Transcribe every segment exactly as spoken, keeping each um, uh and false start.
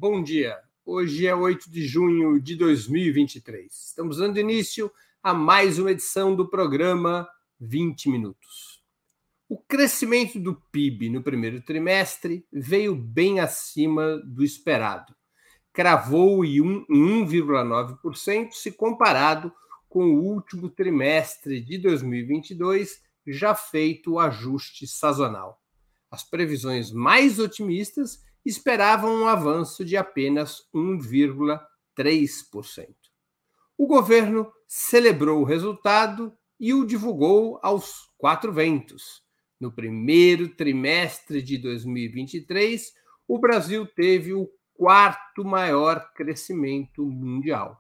bom dia. Hoje é oito de junho de dois mil e vinte e três. Estamos dando início a mais uma edição do programa vinte minutos. O crescimento do P I B no primeiro trimestre veio bem acima do esperado. Cravou em um vírgula nove por cento se comparado com o último trimestre de dois mil e vinte e dois, já feito o ajuste sazonal. As previsões mais otimistas esperavam um avanço de apenas um vírgula três por cento. O governo celebrou o resultado e o divulgou aos quatro ventos. No primeiro trimestre de dois mil e vinte e três, o Brasil teve o quarto maior crescimento mundial.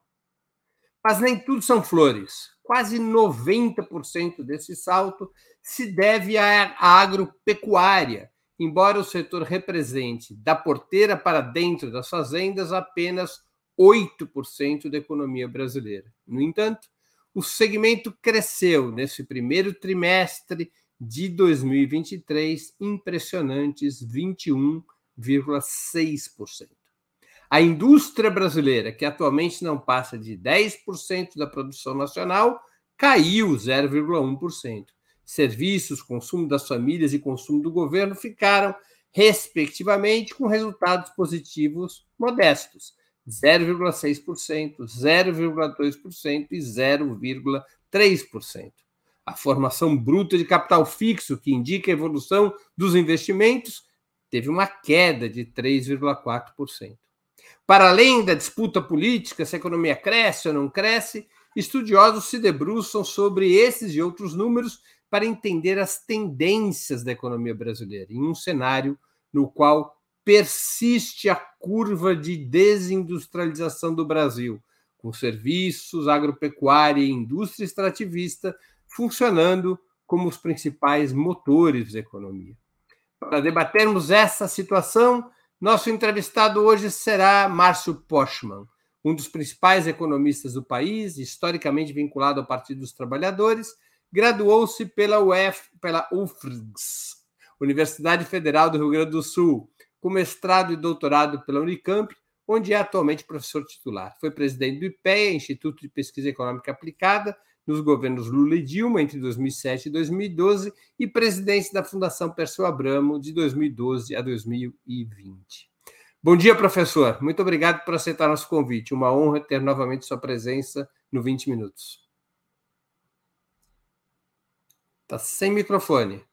Mas nem tudo são flores. Quase noventa por cento desse salto se deve à agropecuária, embora o setor represente, da porteira para dentro das fazendas, apenas oito por cento da economia brasileira. No entanto, o segmento cresceu nesse primeiro trimestre de dois mil e vinte e três impressionantes vinte e um vírgula seis por cento. A indústria brasileira, que atualmente não passa de dez por cento da produção nacional, caiu zero vírgula um por cento. Serviços, consumo das famílias e consumo do governo ficaram, respectivamente, com resultados positivos modestos, zero vírgula seis por cento, zero vírgula dois por cento e zero vírgula três por cento. A formação bruta de capital fixo, que indica a evolução dos investimentos, teve uma queda de três vírgula quatro por cento. Para além da disputa política, se a economia cresce ou não cresce, estudiosos se debruçam sobre esses e outros números para entender as tendências da economia brasileira, em um cenário no qual persiste a curva de desindustrialização do Brasil, com serviços, agropecuária e indústria extrativista funcionando como os principais motores da economia. Para debatermos essa situação, nosso entrevistado hoje será Márcio Pochmann, um dos principais economistas do país, historicamente vinculado ao Partido dos Trabalhadores. Graduou-se pela U F, pela U F R G S, Universidade Federal do Rio Grande do Sul, com mestrado e doutorado pela Unicamp, onde é atualmente professor titular. Foi presidente do I P E A, Instituto de Pesquisa Econômica Aplicada, nos governos Lula e Dilma, entre dois mil e sete e dois mil e doze, e presidente da Fundação Perseu Abramo, de dois mil e doze a dois mil e vinte. Bom dia, professor. Muito obrigado por aceitar nosso convite. Uma honra ter novamente sua presença no vinte minutos. Está sem microfone.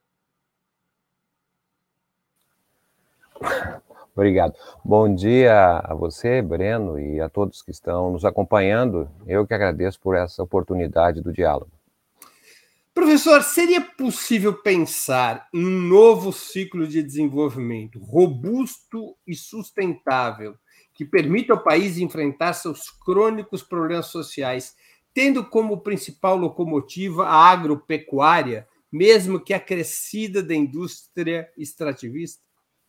Obrigado. Bom dia a você, Breno, e a todos que estão nos acompanhando. Eu que agradeço por essa oportunidade do diálogo. Professor, seria possível pensar em um novo ciclo de desenvolvimento robusto e sustentável que permita ao país enfrentar seus crônicos problemas sociais, tendo como principal locomotiva a agropecuária, mesmo que acrescida da indústria extrativista?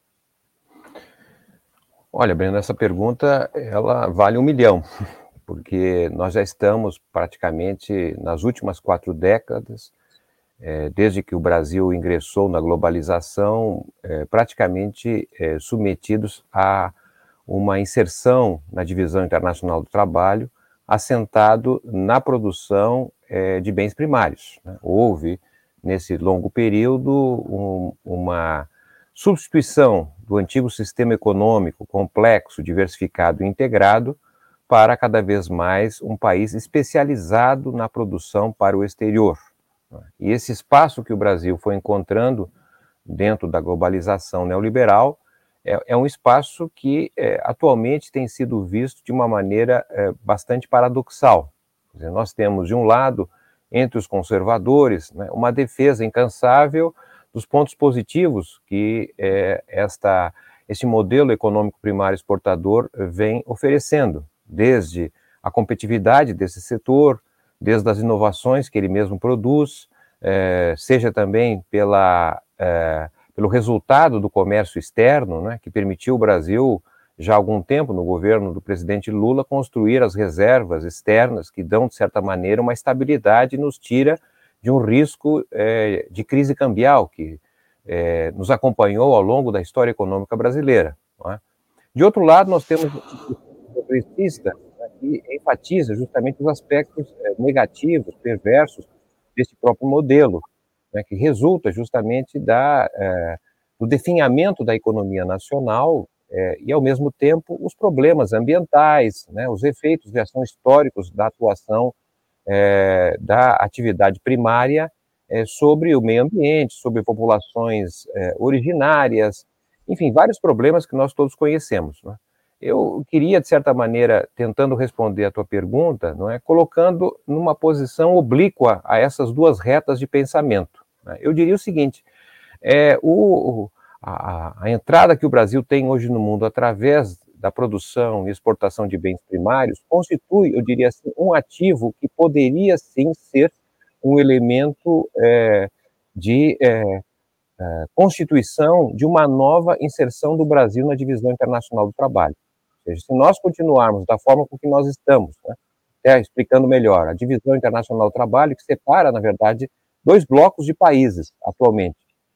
Olha, Breno, essa pergunta ela vale um milhão, porque nós já estamos praticamente nas últimas quatro décadas, é, desde que o Brasil ingressou na globalização, é, praticamente é, submetidos a uma inserção na divisão internacional do trabalho, assentado na produção é, de bens primários, né? Houve, nesse longo período, um, uma substituição do antigo sistema econômico complexo, diversificado e integrado para cada vez mais um país especializado na produção para o exterior. E esse espaço que o Brasil foi encontrando dentro da globalização neoliberal é, é um espaço que é, atualmente tem sido visto de uma maneira é, bastante paradoxal. Quer dizer, nós temos, de um lado, entre os conservadores, né, uma defesa incansável dos pontos positivos que é, esta, este modelo econômico primário exportador vem oferecendo, desde a competitividade desse setor, desde as inovações que ele mesmo produz, é, seja também pela, é, pelo resultado do comércio externo, né, que permitiu o Brasil, já há algum tempo, no governo do presidente Lula, construir as reservas externas que dão, de certa maneira, uma estabilidade e nos tira de um risco é, de crise cambial que é, nos acompanhou ao longo da história econômica brasileira. Não é? De outro lado, nós temos o progressista, né, que enfatiza justamente os aspectos eh, negativos, perversos desse próprio modelo, né, que resulta justamente da, eh, do definhamento da economia nacional eh, e, ao mesmo tempo, os problemas ambientais, né, os efeitos de ação históricos da atuação eh, da atividade primária eh, sobre o meio ambiente, sobre populações eh, originárias, enfim, vários problemas que nós todos conhecemos, né? Eu queria, de certa maneira, tentando responder a tua pergunta, não é, colocando numa posição oblíqua a essas duas retas de pensamento, né? Eu diria o seguinte, é, o, a, a entrada que o Brasil tem hoje no mundo através da produção e exportação de bens primários constitui, eu diria assim, um ativo que poderia sim ser um elemento é, de é, é, constituição de uma nova inserção do Brasil na divisão internacional do trabalho. Ou seja, se nós continuarmos da forma com que nós estamos, né, até explicando melhor, a divisão internacional do trabalho, que separa, na verdade, dois blocos de países atualmente.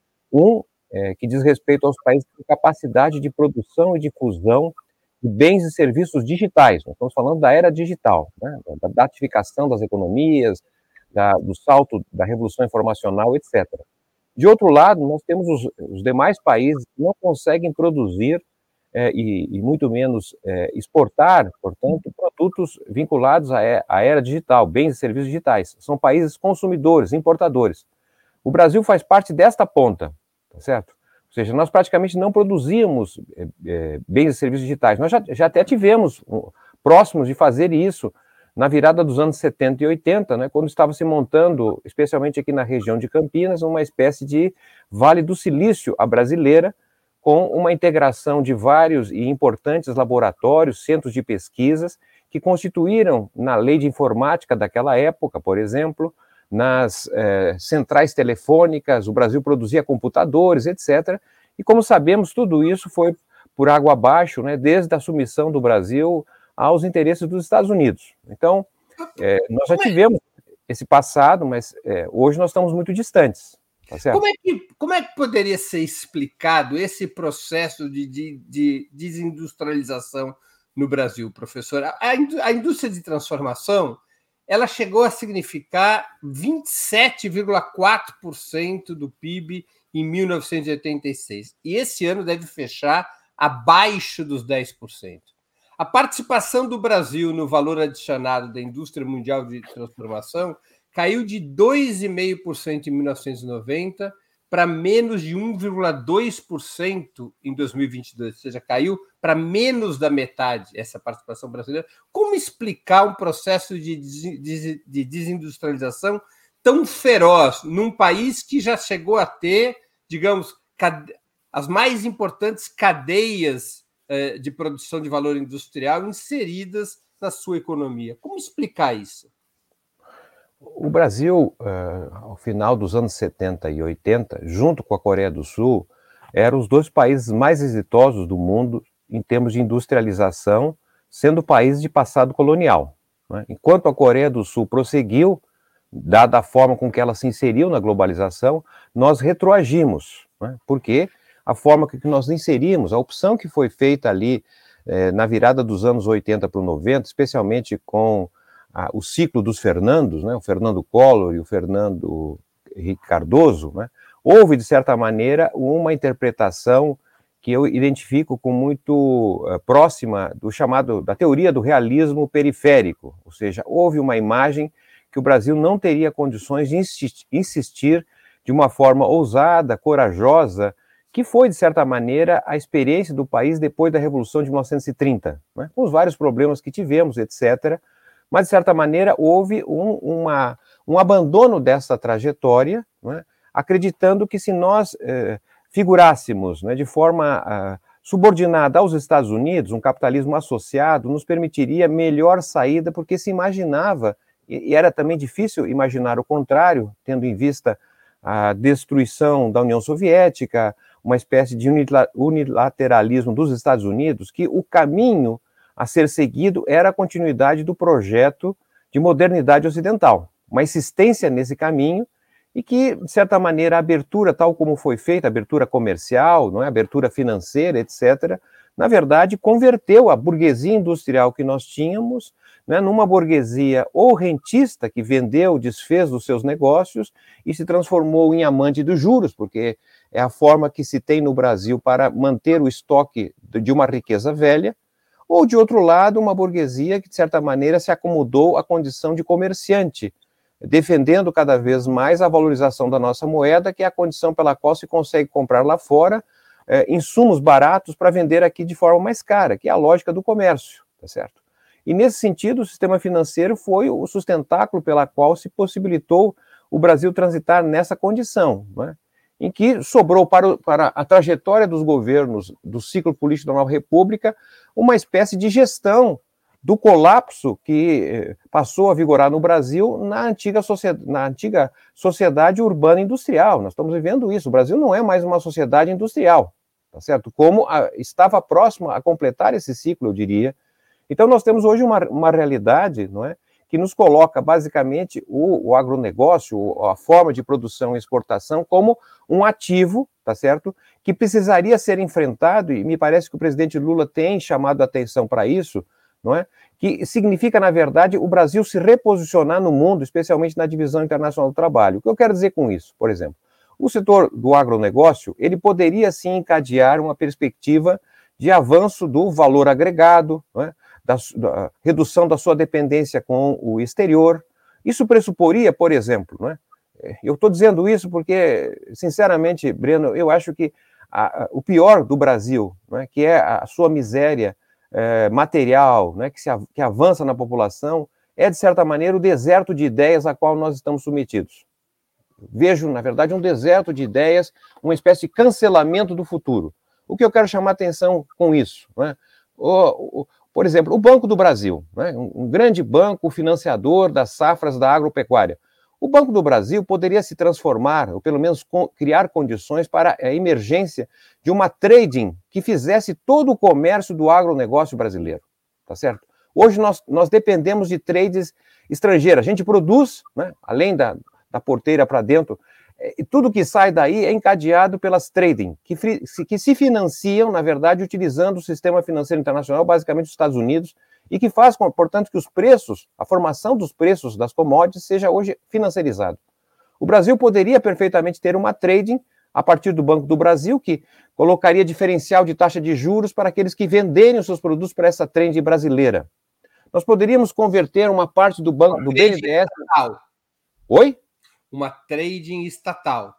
Um é, que diz respeito aos países com capacidade de produção e difusão de bens e serviços digitais. Nós estamos falando da era digital, né, da datificação das economias, da, do salto da revolução informacional, etcétera. De outro lado, nós temos os, os demais países que não conseguem produzir é, e, e muito menos é, exportar, portanto, produtos vinculados à, à era digital, bens e serviços digitais. São países consumidores, importadores. O Brasil faz parte desta ponta, tá certo? Ou seja, nós praticamente não produzíamos é, é, bens e serviços digitais. Nós já, já até tivemos um, próximos de fazer isso na virada dos anos setenta e oitenta, né, quando estava se montando, especialmente aqui na região de Campinas, uma espécie de Vale do Silício à brasileira, com uma integração de vários e importantes laboratórios, centros de pesquisas, que constituíram, na lei de informática daquela época, por exemplo, nas eh, centrais telefônicas, o Brasil produzia computadores, etcétera. E, como sabemos, tudo isso foi por água abaixo, né, desde a submissão do Brasil aos interesses dos Estados Unidos. Então, é, nós já tivemos esse passado, mas é, hoje nós estamos muito distantes. Tá certo? Como é que, como é que poderia ser explicado esse processo de, de, de desindustrialização no Brasil, professor? A, a indústria de transformação, ela chegou a significar vinte e sete vírgula quatro por cento do P I B em mil novecentos e oitenta e seis. E esse ano deve fechar abaixo dos dez por cento. A participação do Brasil no valor adicionado da indústria mundial de transformação caiu de dois vírgula cinco por cento em mil novecentos e noventa para menos de um vírgula dois por cento em dois mil e vinte e dois, ou seja, caiu para menos da metade essa participação brasileira. Como explicar um processo de, de, de desindustrialização tão feroz num país que já chegou a ter, digamos, as mais importantes cadeias de produção de valor industrial inseridas na sua economia? Como explicar isso? O Brasil, ao final dos anos setenta e oitenta, junto com a Coreia do Sul, eram os dois países mais exitosos do mundo em termos de industrialização, sendo países de passado colonial, né? Enquanto a Coreia do Sul prosseguiu, dada a forma com que ela se inseriu na globalização, nós retroagimos, né? Porque a forma que nós inserimos, a opção que foi feita ali eh, na virada dos anos oitenta para o noventa, especialmente com a, o ciclo dos Fernandos, né, o Fernando Collor e o Fernando Henrique Cardoso, né, houve, de certa maneira, uma interpretação que eu identifico com muito uh, próxima do chamado, da teoria do realismo periférico, ou seja, houve uma imagem que o Brasil não teria condições de insistir, insistir de uma forma ousada, corajosa, que foi, de certa maneira, a experiência do país depois da Revolução de mil novecentos e trinta, né? Com os vários problemas que tivemos, etcétera. Mas, de certa maneira, houve um, uma, um abandono dessa trajetória, né? Acreditando que se nós eh, figurássemos, né, de forma ah, subordinada aos Estados Unidos, um capitalismo associado, nos permitiria melhor saída, porque se imaginava, e, e era também difícil imaginar o contrário, tendo em vista a destruição da União Soviética, uma espécie de unilateralismo dos Estados Unidos, que o caminho a ser seguido era a continuidade do projeto de modernidade ocidental, uma insistência nesse caminho e que, de certa maneira, a abertura, tal como foi feita, a abertura comercial, não é? A abertura financeira, etcétera, na verdade, converteu a burguesia industrial que nós tínhamos, né, numa burguesia ou rentista que vendeu, desfez os seus negócios e se transformou em amante dos juros, porque é a forma que se tem no Brasil para manter o estoque de uma riqueza velha, ou, de outro lado, uma burguesia que, de certa maneira, se acomodou à condição de comerciante, defendendo cada vez mais a valorização da nossa moeda, que é a condição pela qual se consegue comprar lá fora eh, insumos baratos para vender aqui de forma mais cara, que é a lógica do comércio, tá certo? E, nesse sentido, o sistema financeiro foi o sustentáculo pela qual se possibilitou o Brasil transitar nessa condição, né? Em que sobrou para, o, para a trajetória dos governos do ciclo político da Nova República uma espécie de gestão do colapso que eh, passou a vigorar no Brasil na antiga, sociedade, na antiga sociedade urbana industrial. Nós estamos vivendo isso. O Brasil não é mais uma sociedade industrial, tá certo? Como a, estava próximo a completar esse ciclo, eu diria. Então, nós temos hoje uma, uma realidade, não é, que nos coloca, basicamente, o, o agronegócio, a forma de produção e exportação, como um ativo, tá certo, que precisaria ser enfrentado, e me parece que o presidente Lula tem chamado a atenção para isso, não é? Que significa, na verdade, o Brasil se reposicionar no mundo, especialmente na divisão internacional do trabalho. O que eu quero dizer com isso? Por exemplo, o setor do agronegócio, ele poderia, sim, encadear uma perspectiva de avanço do valor agregado, não é? Da, da redução da sua dependência com o exterior. Isso pressuporia, por exemplo, não é? Eu estou dizendo isso porque, sinceramente, Breno, eu acho que a, a, o pior do Brasil, não é? Que é a sua miséria é, material, né, que, se, que avança na população, é, de certa maneira, o deserto de ideias a qual nós estamos submetidos. Vejo, na verdade, um deserto de ideias, uma espécie de cancelamento do futuro. O que eu quero chamar a atenção com isso, não é? O, o, por exemplo, o Banco do Brasil, né, um, um grande banco financiador das safras da agropecuária. O Banco do Brasil poderia se transformar, ou pelo menos co- criar condições para a emergência de uma trading que fizesse todo o comércio do agronegócio brasileiro, tá certo? Hoje nós, nós dependemos de trades estrangeiras. A gente produz, né, além da, da porteira para dentro, e tudo que sai daí é encadeado pelas trading, que, que se financiam, na verdade, utilizando o sistema financeiro internacional, basicamente os Estados Unidos, e que faz, portanto, que os preços, a formação dos preços das commodities seja hoje financiarizado. O Brasil poderia perfeitamente ter uma trading a partir do Banco do Brasil, que colocaria diferencial de taxa de juros para aqueles que venderem os seus produtos para essa trade brasileira. Nós poderíamos converter uma parte do banco do B N D E S... Oi? Uma trading estatal.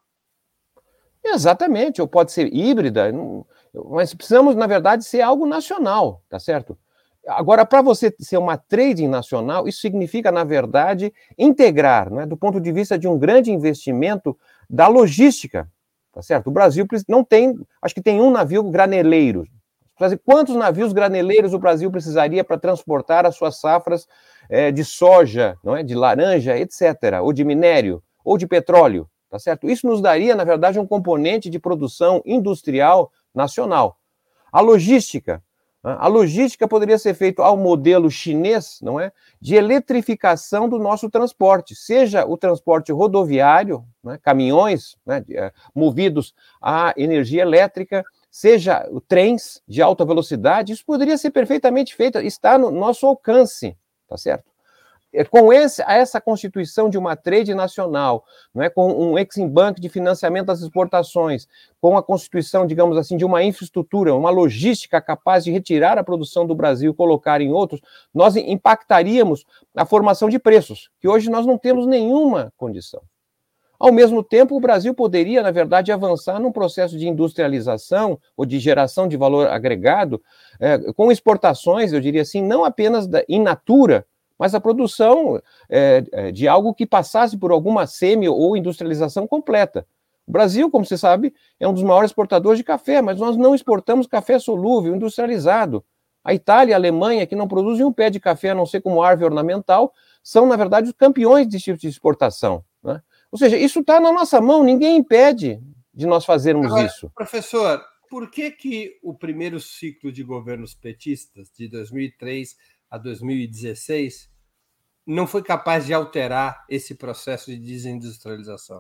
Exatamente, ou pode ser híbrida, mas precisamos, na verdade, ser algo nacional, tá certo? Agora, para você ser uma trading nacional, isso significa, na verdade, integrar, né, do ponto de vista de um grande investimento da logística, tá certo? O Brasil não tem, acho que tem um navio graneleiro. Quantos navios graneleiros o Brasil precisaria para transportar as suas safras é, de soja, não é, de laranja, etcétera, ou de minério, ou de petróleo, tá certo? Isso nos daria, na verdade, um componente de produção industrial nacional. A logística, a logística poderia ser feita ao modelo chinês, não é? De eletrificação do nosso transporte, seja o transporte rodoviário, né, caminhões, né, movidos a energia elétrica, seja trens de alta velocidade, isso poderia ser perfeitamente feito, está no nosso alcance, tá certo? Com esse, essa constituição de uma trade nacional, não é, com um Exim Bank de financiamento das exportações, com a constituição, digamos assim, de uma infraestrutura, uma logística capaz de retirar a produção do Brasil e colocar em outros, nós impactaríamos a formação de preços, que hoje nós não temos nenhuma condição. Ao mesmo tempo, o Brasil poderia, na verdade, avançar num processo de industrialização ou de geração de valor agregado, é, com exportações, eu diria assim, não apenas da, in natura, mas a produção é, de algo que passasse por alguma semi- ou industrialização completa. O Brasil, como você sabe, é um dos maiores exportadores de café, mas nós não exportamos café solúvel, industrializado. A Itália e a Alemanha, que não produzem um pé de café, a não ser como árvore ornamental, são, na verdade, os campeões desse tipo de exportação, né? Ou seja, isso está na nossa mão, ninguém impede de nós fazermos Agora, isso. Professor, por que, que o primeiro ciclo de governos petistas, de dois mil e três a dois mil e dezesseis, não foi capaz de alterar esse processo de desindustrialização?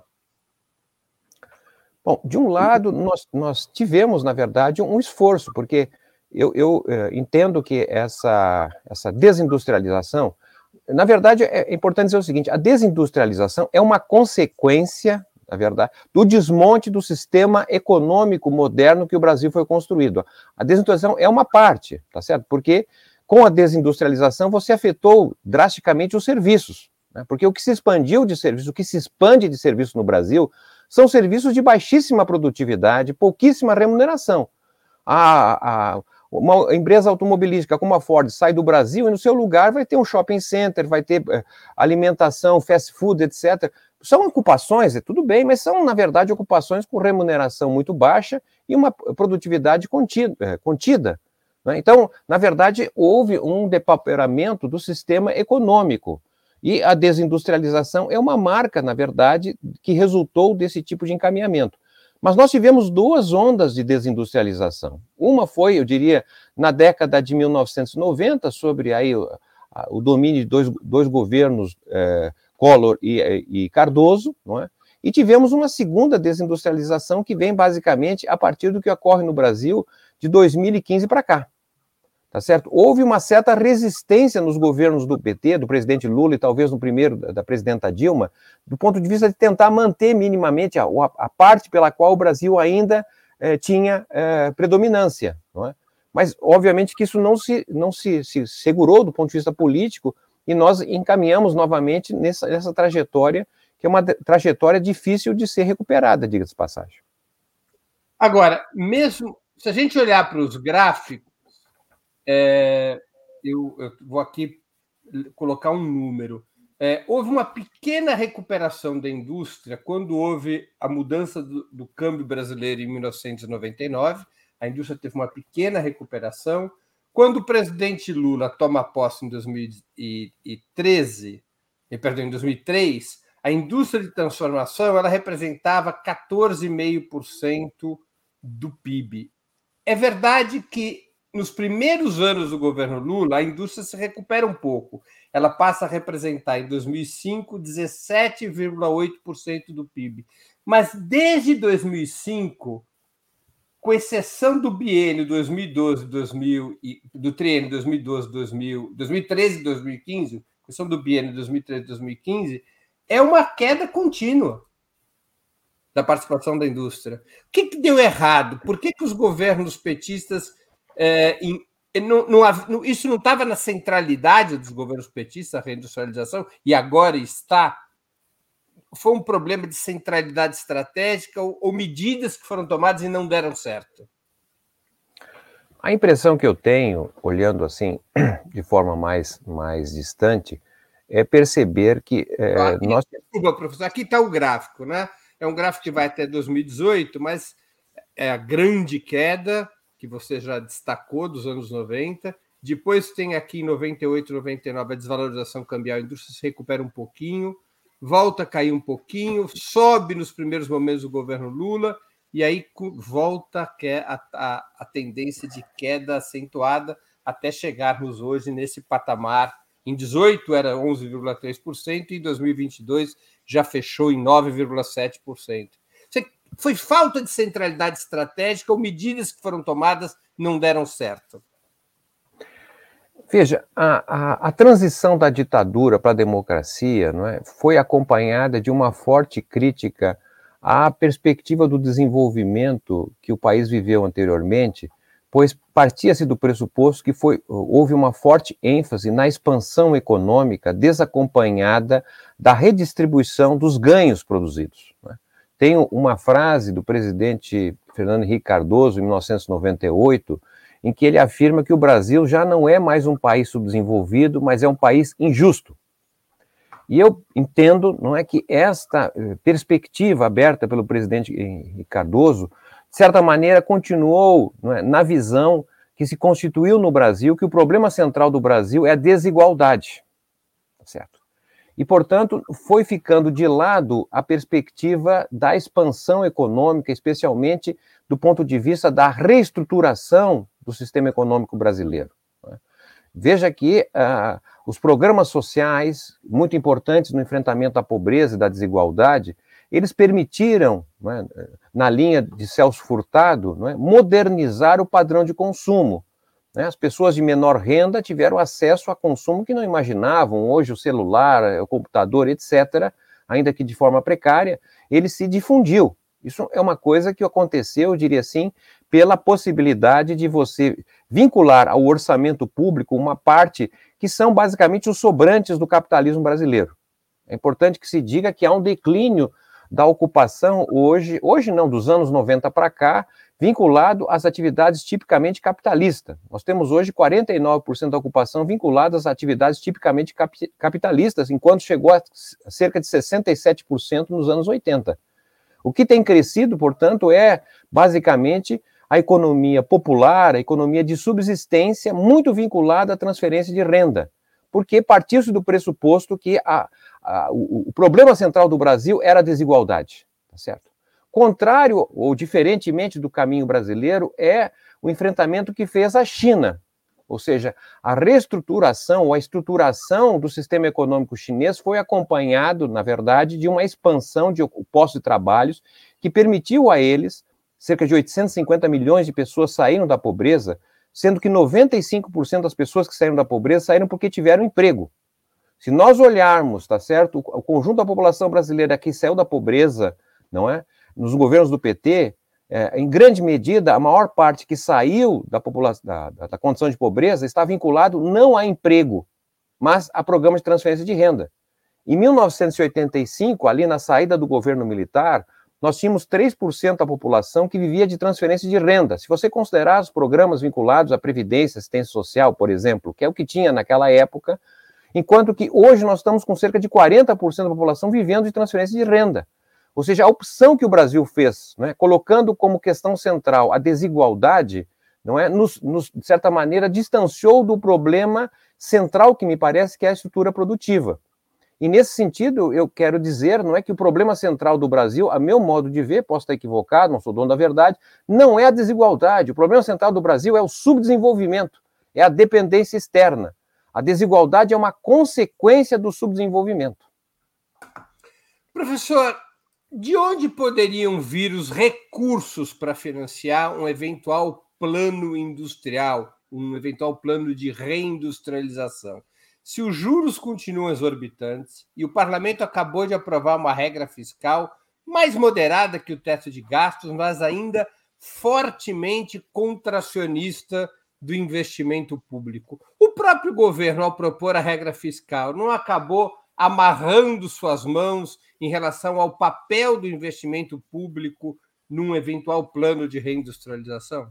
Bom, de um lado, nós, nós tivemos, na verdade, um esforço, porque eu, eu é, entendo que essa, essa desindustrialização, na verdade, é importante dizer o seguinte, a desindustrialização é uma consequência, na verdade, do desmonte do sistema econômico moderno que o Brasil foi construído. A desindustrialização é uma parte, tá certo? Porque com a desindustrialização você afetou drasticamente os serviços, né? Porque o que se expandiu de serviço, o que se expande de serviço no Brasil são serviços de baixíssima produtividade, pouquíssima remuneração. A, a, uma empresa automobilística como a Ford sai do Brasil e no seu lugar vai ter um shopping center, vai ter eh, alimentação, fast food, etcétera. São ocupações, é tudo bem, mas são, na verdade, ocupações com remuneração muito baixa e uma produtividade contida. Eh, contida, né? Então, na verdade, houve um depauperamento do sistema econômico. E a desindustrialização é uma marca, na verdade, que resultou desse tipo de encaminhamento. Mas nós tivemos duas ondas de desindustrialização. Uma foi, eu diria, na década de mil novecentos e noventa, sobre aí o, a, o domínio de dois, dois governos, eh, Collor e, e Cardoso, não é? E tivemos uma segunda desindustrialização que vem basicamente a partir do que ocorre no Brasil de dois mil e quinze para cá. Tá certo? Houve uma certa resistência nos governos do P T, do presidente Lula e talvez no primeiro da, da presidenta Dilma, do ponto de vista de tentar manter minimamente a, a, a parte pela qual o Brasil ainda eh, tinha eh, predominância, não é? Mas, obviamente, que isso não, se, não se, se segurou do ponto de vista político e nós encaminhamos novamente nessa, nessa trajetória, que é uma trajetória difícil de ser recuperada, diga-se de passagem. Agora, mesmo se a gente olhar para os gráficos, É, eu, eu vou aqui colocar um número. É, houve uma pequena recuperação da indústria quando houve a mudança do, do câmbio brasileiro em mil novecentos e noventa e nove. A indústria teve uma pequena recuperação. Quando o presidente Lula toma posse em dois mil e treze, perdão, em dois mil e três, a indústria de transformação ela representava quatorze vírgula cinco por cento do P I B. É verdade que nos primeiros anos do governo Lula, a indústria se recupera um pouco. Ela passa a representar, em dois mil e cinco, dezessete vírgula oito por cento do P I B. Mas desde dois mil e cinco, com exceção do biênio dois mil e doze, dois mil e, do triênio dois mil e doze, dois mil, dois mil e treze e dois mil e quinze, com exceção do biênio dois mil e treze e dois mil e quinze, é uma queda contínua da participação da indústria. O que, que deu errado? Por que, que os governos petistas... É, em, não, não, isso não estava na centralidade dos governos petistas, a reindustrialização, e agora está? Foi um problema de centralidade estratégica ou, ou medidas que foram tomadas e não deram certo? A impressão que eu tenho, olhando assim, de forma mais, mais distante, é perceber que... É, aqui, nós... Desculpa, professor, aqui está o gráfico, né? É um gráfico que vai até dois mil e dezoito, mas é a grande queda que você já destacou dos anos noventa. Depois tem aqui em noventa e oito, noventa e nove a desvalorização cambial, a indústria se recupera um pouquinho, volta a cair um pouquinho, sobe nos primeiros momentos do governo Lula, e aí volta a, a, a tendência de queda acentuada até chegarmos hoje nesse patamar. Em dezoito era onze vírgula três por cento e em dois mil e vinte e dois já fechou em nove vírgula sete por cento. Foi falta de centralidade estratégica ou medidas que foram tomadas não deram certo? Veja, a, a, a transição da ditadura para a democracia, não é, foi acompanhada de uma forte crítica à perspectiva do desenvolvimento que o país viveu anteriormente, pois partia-se do pressuposto que foi, houve uma forte ênfase na expansão econômica desacompanhada da redistribuição dos ganhos produzidos, não é? Tem uma frase do presidente Fernando Henrique Cardoso, em mil novecentos e noventa e oito, em que ele afirma que o Brasil já não é mais um país subdesenvolvido, mas é um país injusto. E eu entendo, não é, que esta perspectiva aberta pelo presidente Henrique Cardoso, de certa maneira, continuou, não é, na visão que se constituiu no Brasil, que o problema central do Brasil é a desigualdade, certo? E, portanto, foi ficando de lado a perspectiva da expansão econômica, especialmente do ponto de vista da reestruturação do sistema econômico brasileiro. Veja que uh, os programas sociais, muito importantes no enfrentamento à pobreza e da desigualdade, eles permitiram, não é, na linha de Celso Furtado, não é, modernizar o padrão de consumo, né? As pessoas de menor renda tiveram acesso a consumo que não imaginavam. Hoje o celular, o computador, etcétera, ainda que de forma precária, ele se difundiu. Isso é uma coisa que aconteceu, eu diria assim, pela possibilidade de você vincular ao orçamento público uma parte que são basicamente os sobrantes do capitalismo brasileiro. É importante que se diga que há um declínio da ocupação hoje, hoje não, dos anos noventa para cá, vinculado às atividades tipicamente capitalistas. Nós temos hoje quarenta e nove por cento da ocupação vinculada às atividades tipicamente cap- capitalistas, enquanto chegou a cerca de sessenta e sete por cento nos anos oitenta. O que tem crescido, portanto, é basicamente a economia popular, a economia de subsistência, muito vinculada à transferência de renda, porque partiu-se do pressuposto que a, a, o, o problema central do Brasil era a desigualdade, tá certo? Contrário ou diferentemente do caminho brasileiro é o enfrentamento que fez a China, ou seja, a reestruturação ou a estruturação do sistema econômico chinês foi acompanhado, na verdade, de uma expansão de postos de trabalho que permitiu a eles, cerca de oitocentos e cinquenta milhões de pessoas saíram da pobreza, sendo que noventa e cinco por cento das pessoas que saíram da pobreza saíram porque tiveram emprego. Se nós olharmos, tá certo, o conjunto da população brasileira que saiu da pobreza, não é? Nos governos do P T, é, em grande medida, a maior parte que saiu da, população, da, da, da condição de pobreza está vinculado não a emprego, mas a programas de transferência de renda. Em mil novecentos e oitenta e cinco, ali na saída do governo militar, nós tínhamos três por cento da população que vivia de transferência de renda. Se você considerar os programas vinculados à Previdência, Assistência Social, por exemplo, que é o que tinha naquela época, enquanto que hoje nós estamos com cerca de quarenta por cento da população vivendo de transferência de renda. Ou seja, a opção que o Brasil fez, né, colocando como questão central a desigualdade, não é, nos, nos, de certa maneira, distanciou do problema central, que me parece que é a estrutura produtiva. E nesse sentido, eu quero dizer, não é que o problema central do Brasil, a meu modo de ver, posso estar equivocado, não sou dono da verdade, não é a desigualdade. O problema central do Brasil é o subdesenvolvimento, é a dependência externa. A desigualdade é uma consequência do subdesenvolvimento. Professor, de onde poderiam vir os recursos para financiar um eventual plano industrial, um eventual plano de reindustrialização? Se os juros continuam exorbitantes e o parlamento acabou de aprovar uma regra fiscal mais moderada que o teto de gastos, mas ainda fortemente contracionista do investimento público. O próprio governo, ao propor a regra fiscal, não acabou amarrando suas mãos em relação ao papel do investimento público num eventual plano de reindustrialização?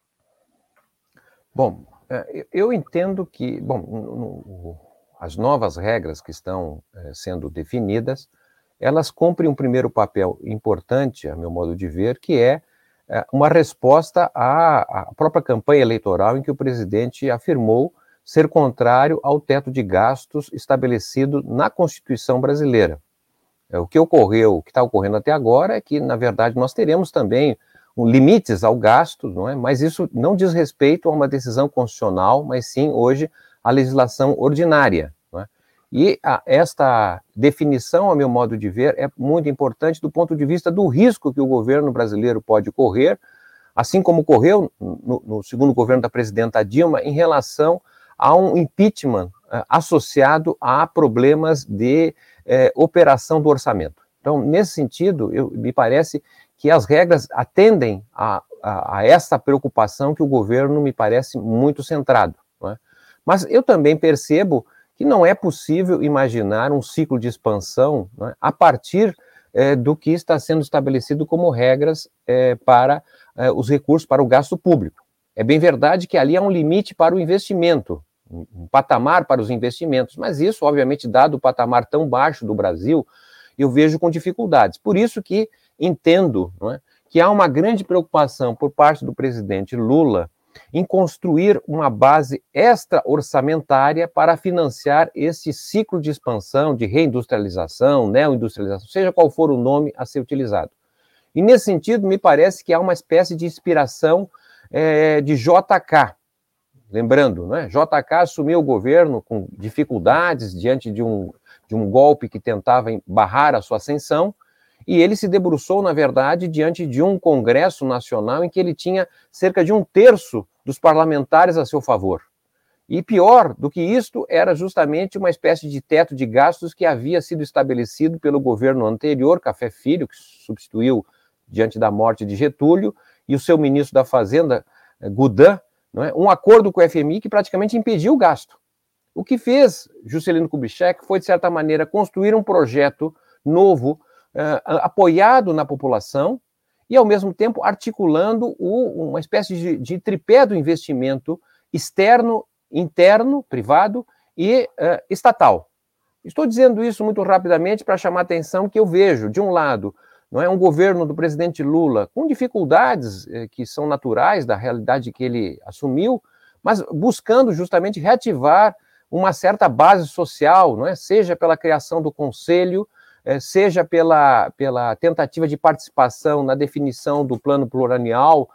Bom, eu entendo que, bom, as novas regras que estão sendo definidas, elas cumprem um primeiro papel importante, a meu modo de ver, que é uma resposta à própria campanha eleitoral em que o presidente afirmou ser contrário ao teto de gastos estabelecido na Constituição brasileira. O que ocorreu, o que está ocorrendo até agora é que, na verdade, nós teremos também limites ao gasto, não é? Mas isso não diz respeito a uma decisão constitucional, mas sim, hoje, a legislação ordinária. Não é? E a, esta definição, a meu modo de ver, é muito importante do ponto de vista do risco que o governo brasileiro pode correr, assim como ocorreu no, no segundo governo da presidenta Dilma, em relação a um impeachment eh, associado a problemas de eh, operação do orçamento. Então, nesse sentido, eu, me parece que as regras atendem a, a, a essa preocupação que o governo me parece muito centrado. Não é? Mas eu também percebo que não é possível imaginar um ciclo de expansão, não é, a partir eh, do que está sendo estabelecido como regras eh, para eh, os recursos para o gasto público. É bem verdade que ali há um limite para o investimento, um patamar para os investimentos, mas isso, obviamente, dado o patamar tão baixo do Brasil, eu vejo com dificuldades. Por isso que entendo, não é, que há uma grande preocupação por parte do presidente Lula em construir uma base extra-orçamentária para financiar esse ciclo de expansão, de reindustrialização, neoindustrialização, seja qual for o nome a ser utilizado. E, nesse sentido, me parece que há uma espécie de inspiração é, de J K, lembrando, né? J K assumiu o governo com dificuldades diante de um, de um golpe que tentava barrar a sua ascensão, e ele se debruçou, na verdade, diante de um Congresso Nacional em que ele tinha cerca de um terço dos parlamentares a seu favor. E pior do que isto, era justamente uma espécie de teto de gastos que havia sido estabelecido pelo governo anterior, Café Filho, que substituiu diante da morte de Getúlio, e o seu ministro da Fazenda, Goudin, não é? Um acordo com o F M I que praticamente impediu o gasto. O que fez Juscelino Kubitschek foi, de certa maneira, construir um projeto novo, uh, apoiado na população, e, ao mesmo tempo, articulando o, uma espécie de, de tripé do investimento externo, interno, privado e uh, estatal. Estou dizendo isso muito rapidamente para chamar a atenção que eu vejo, de um lado, não é um governo do presidente Lula com dificuldades eh, que são naturais da realidade que ele assumiu, mas buscando justamente reativar uma certa base social, não é? Seja pela criação do conselho, eh, seja pela, pela tentativa de participação na definição do plano plurianual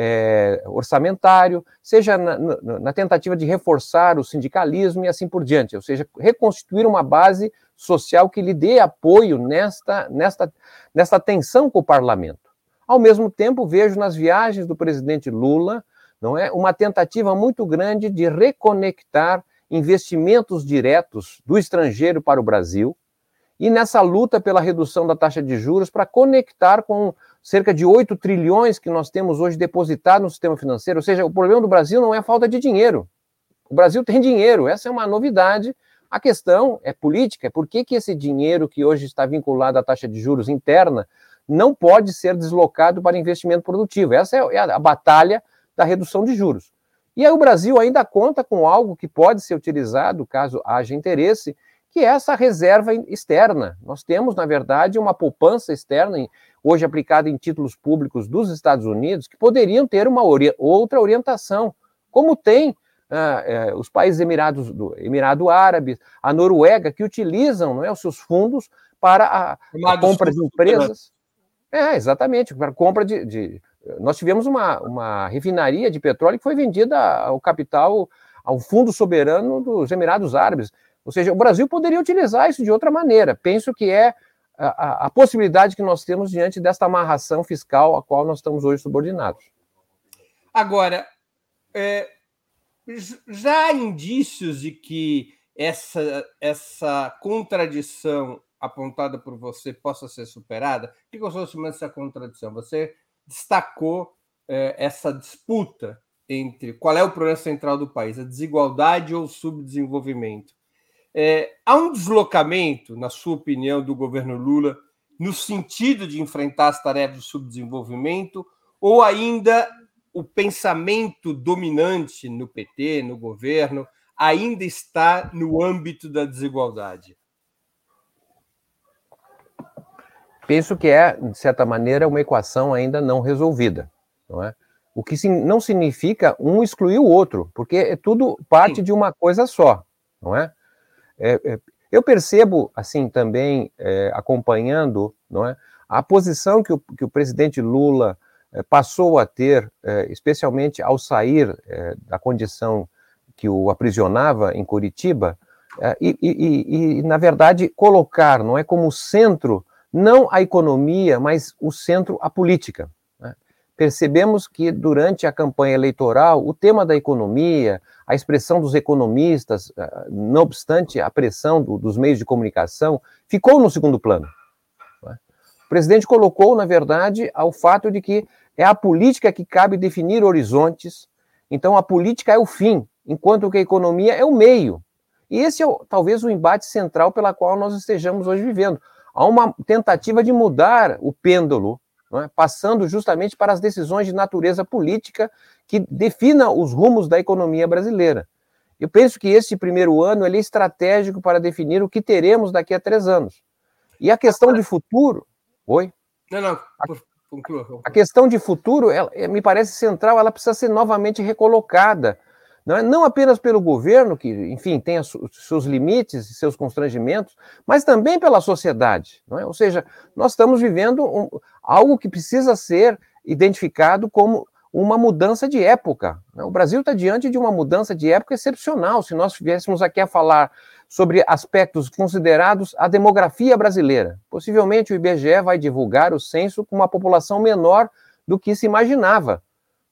É, orçamentário, seja na, na, na tentativa de reforçar o sindicalismo e assim por diante, ou seja, reconstituir uma base social que lhe dê apoio nesta, nesta, nesta tensão com o parlamento. Ao mesmo tempo, vejo nas viagens do presidente Lula, não é, uma tentativa muito grande de reconectar investimentos diretos do estrangeiro para o Brasil, e nessa luta pela redução da taxa de juros para conectar com cerca de oito trilhões que nós temos hoje depositado no sistema financeiro. Ou seja, o problema do Brasil não é a falta de dinheiro. O Brasil tem dinheiro, essa é uma novidade. A questão é política, é por que que esse dinheiro que hoje está vinculado à taxa de juros interna não pode ser deslocado para investimento produtivo. Essa é a batalha da redução de juros. E aí o Brasil ainda conta com algo que pode ser utilizado, caso haja interesse, que é essa reserva externa. Nós temos, na verdade, uma poupança externa, hoje aplicada em títulos públicos dos Estados Unidos, que poderiam ter uma ori- outra orientação, como tem ah, eh, os países Emirados do Emirado Árabe, a Noruega, que utilizam, não é, os seus fundos para a, a compra de empresas. É, exatamente, para a compra de, de... Nós tivemos uma, uma refinaria de petróleo que foi vendida ao capital, ao Fundo Soberano dos Emirados Árabes. Ou seja, o Brasil poderia utilizar isso de outra maneira. Penso que é a, a, a possibilidade que nós temos diante desta amarração fiscal a qual nós estamos hoje subordinados. Agora, é, já há indícios de que essa, essa contradição apontada por você possa ser superada? O que eu estou chamando dessa contradição? Você destacou é, essa disputa entre qual é o problema central do país, a desigualdade ou o subdesenvolvimento. É, há um deslocamento, na sua opinião, do governo Lula no sentido de enfrentar as tarefas do subdesenvolvimento, ou ainda o pensamento dominante no P T, no governo, ainda está no âmbito da desigualdade? Penso que é, de certa maneira, uma equação ainda não resolvida, não é? O que não significa um excluir o outro, porque é tudo parte Sim. de uma coisa só, não é? É, é, eu percebo, assim, também, é, acompanhando, não é, a posição que o, que o presidente Lula é, passou a ter, é, especialmente ao sair é, da condição que o aprisionava em Curitiba, é, e, e, e, na verdade, colocar, não é, como centro, não a economia, mas o centro a política. Né? Percebemos que, durante a campanha eleitoral, o tema da economia, a expressão dos economistas, não obstante a pressão do, dos meios de comunicação, ficou no segundo plano. Né? O presidente colocou, na verdade, ao fato de que é a política que cabe definir horizontes, então a política é o fim, enquanto que a economia é o meio. E esse é, talvez, o embate central pela qual nós estejamos hoje vivendo. Há uma tentativa de mudar o pêndulo, não é? Passando justamente para as decisões de natureza política que defina os rumos da economia brasileira. Eu penso que esse primeiro ano ele é estratégico para definir o que teremos daqui a três anos. E a questão de futuro... Oi? Não, não, conclua. conclua. A questão de futuro, ela, me parece central, ela precisa ser novamente recolocada. Não, é? Não apenas pelo governo, que, enfim, tem os seus limites e seus constrangimentos, mas também pela sociedade. Não é? Ou seja, nós estamos vivendo um, algo que precisa ser identificado como uma mudança de época. O Brasil está diante de uma mudança de época excepcional. Se nós viéssemos aqui a falar sobre aspectos considerados a demografia brasileira, possivelmente o I B G E vai divulgar o censo com uma população menor do que se imaginava.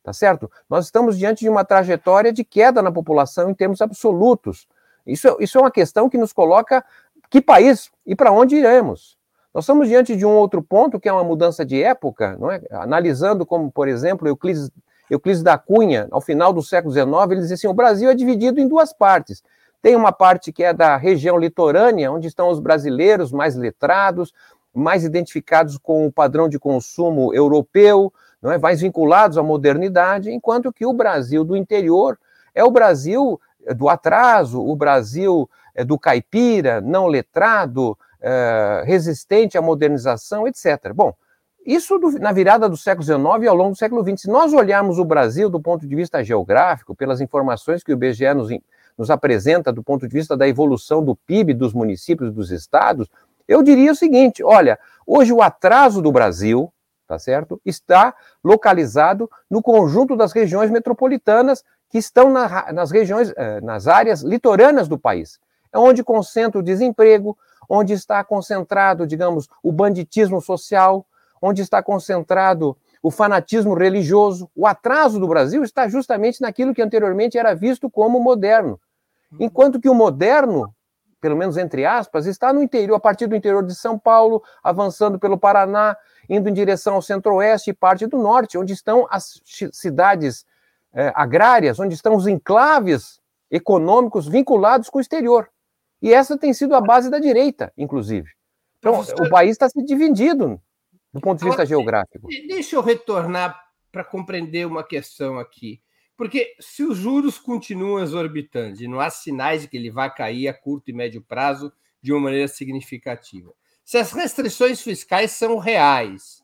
tá certo? Nós estamos diante de uma trajetória de queda na população em termos absolutos. Isso, isso é uma questão que nos coloca que país e para onde iremos. Nós estamos diante de um outro ponto, que é uma mudança de época, não é? Analisando como, por exemplo, Euclides, Euclides da Cunha, ao final do século dezenove, ele dizia assim, o Brasil é dividido em duas partes. Tem uma parte que é da região litorânea, onde estão os brasileiros mais letrados, mais identificados com o padrão de consumo europeu, não é? Mais vinculados à modernidade, enquanto que o Brasil do interior é o Brasil do atraso, o Brasil do caipira, não letrado, é, resistente à modernização, etcétera. Bom, isso do, na virada do século dezenove e ao longo do século vinte. Se nós olharmos o Brasil do ponto de vista geográfico, pelas informações que o I B G E nos, nos apresenta do ponto de vista da evolução do P I B dos municípios e dos estados, eu diria o seguinte, olha, hoje o atraso do Brasil, tá certo, está localizado no conjunto das regiões metropolitanas que estão na, nas regiões, nas áreas litorâneas do país. É onde concentra o desemprego, onde está concentrado, digamos, o banditismo social, onde está concentrado o fanatismo religioso. O atraso do Brasil está justamente naquilo que anteriormente era visto como moderno. Enquanto que o moderno, pelo menos entre aspas, está no interior, a partir do interior de São Paulo, avançando pelo Paraná, indo em direção ao centro-oeste e parte do norte, onde estão as cidades eh, agrárias, onde estão os enclaves econômicos vinculados com o exterior. E essa tem sido a base da direita, inclusive. Então, o país está se dividindo do ponto de vista Agora, geográfico. Deixa eu retornar para compreender uma questão aqui. Porque se os juros continuam exorbitantes e não há sinais de que ele vai cair a curto e médio prazo de uma maneira significativa, se as restrições fiscais são reais,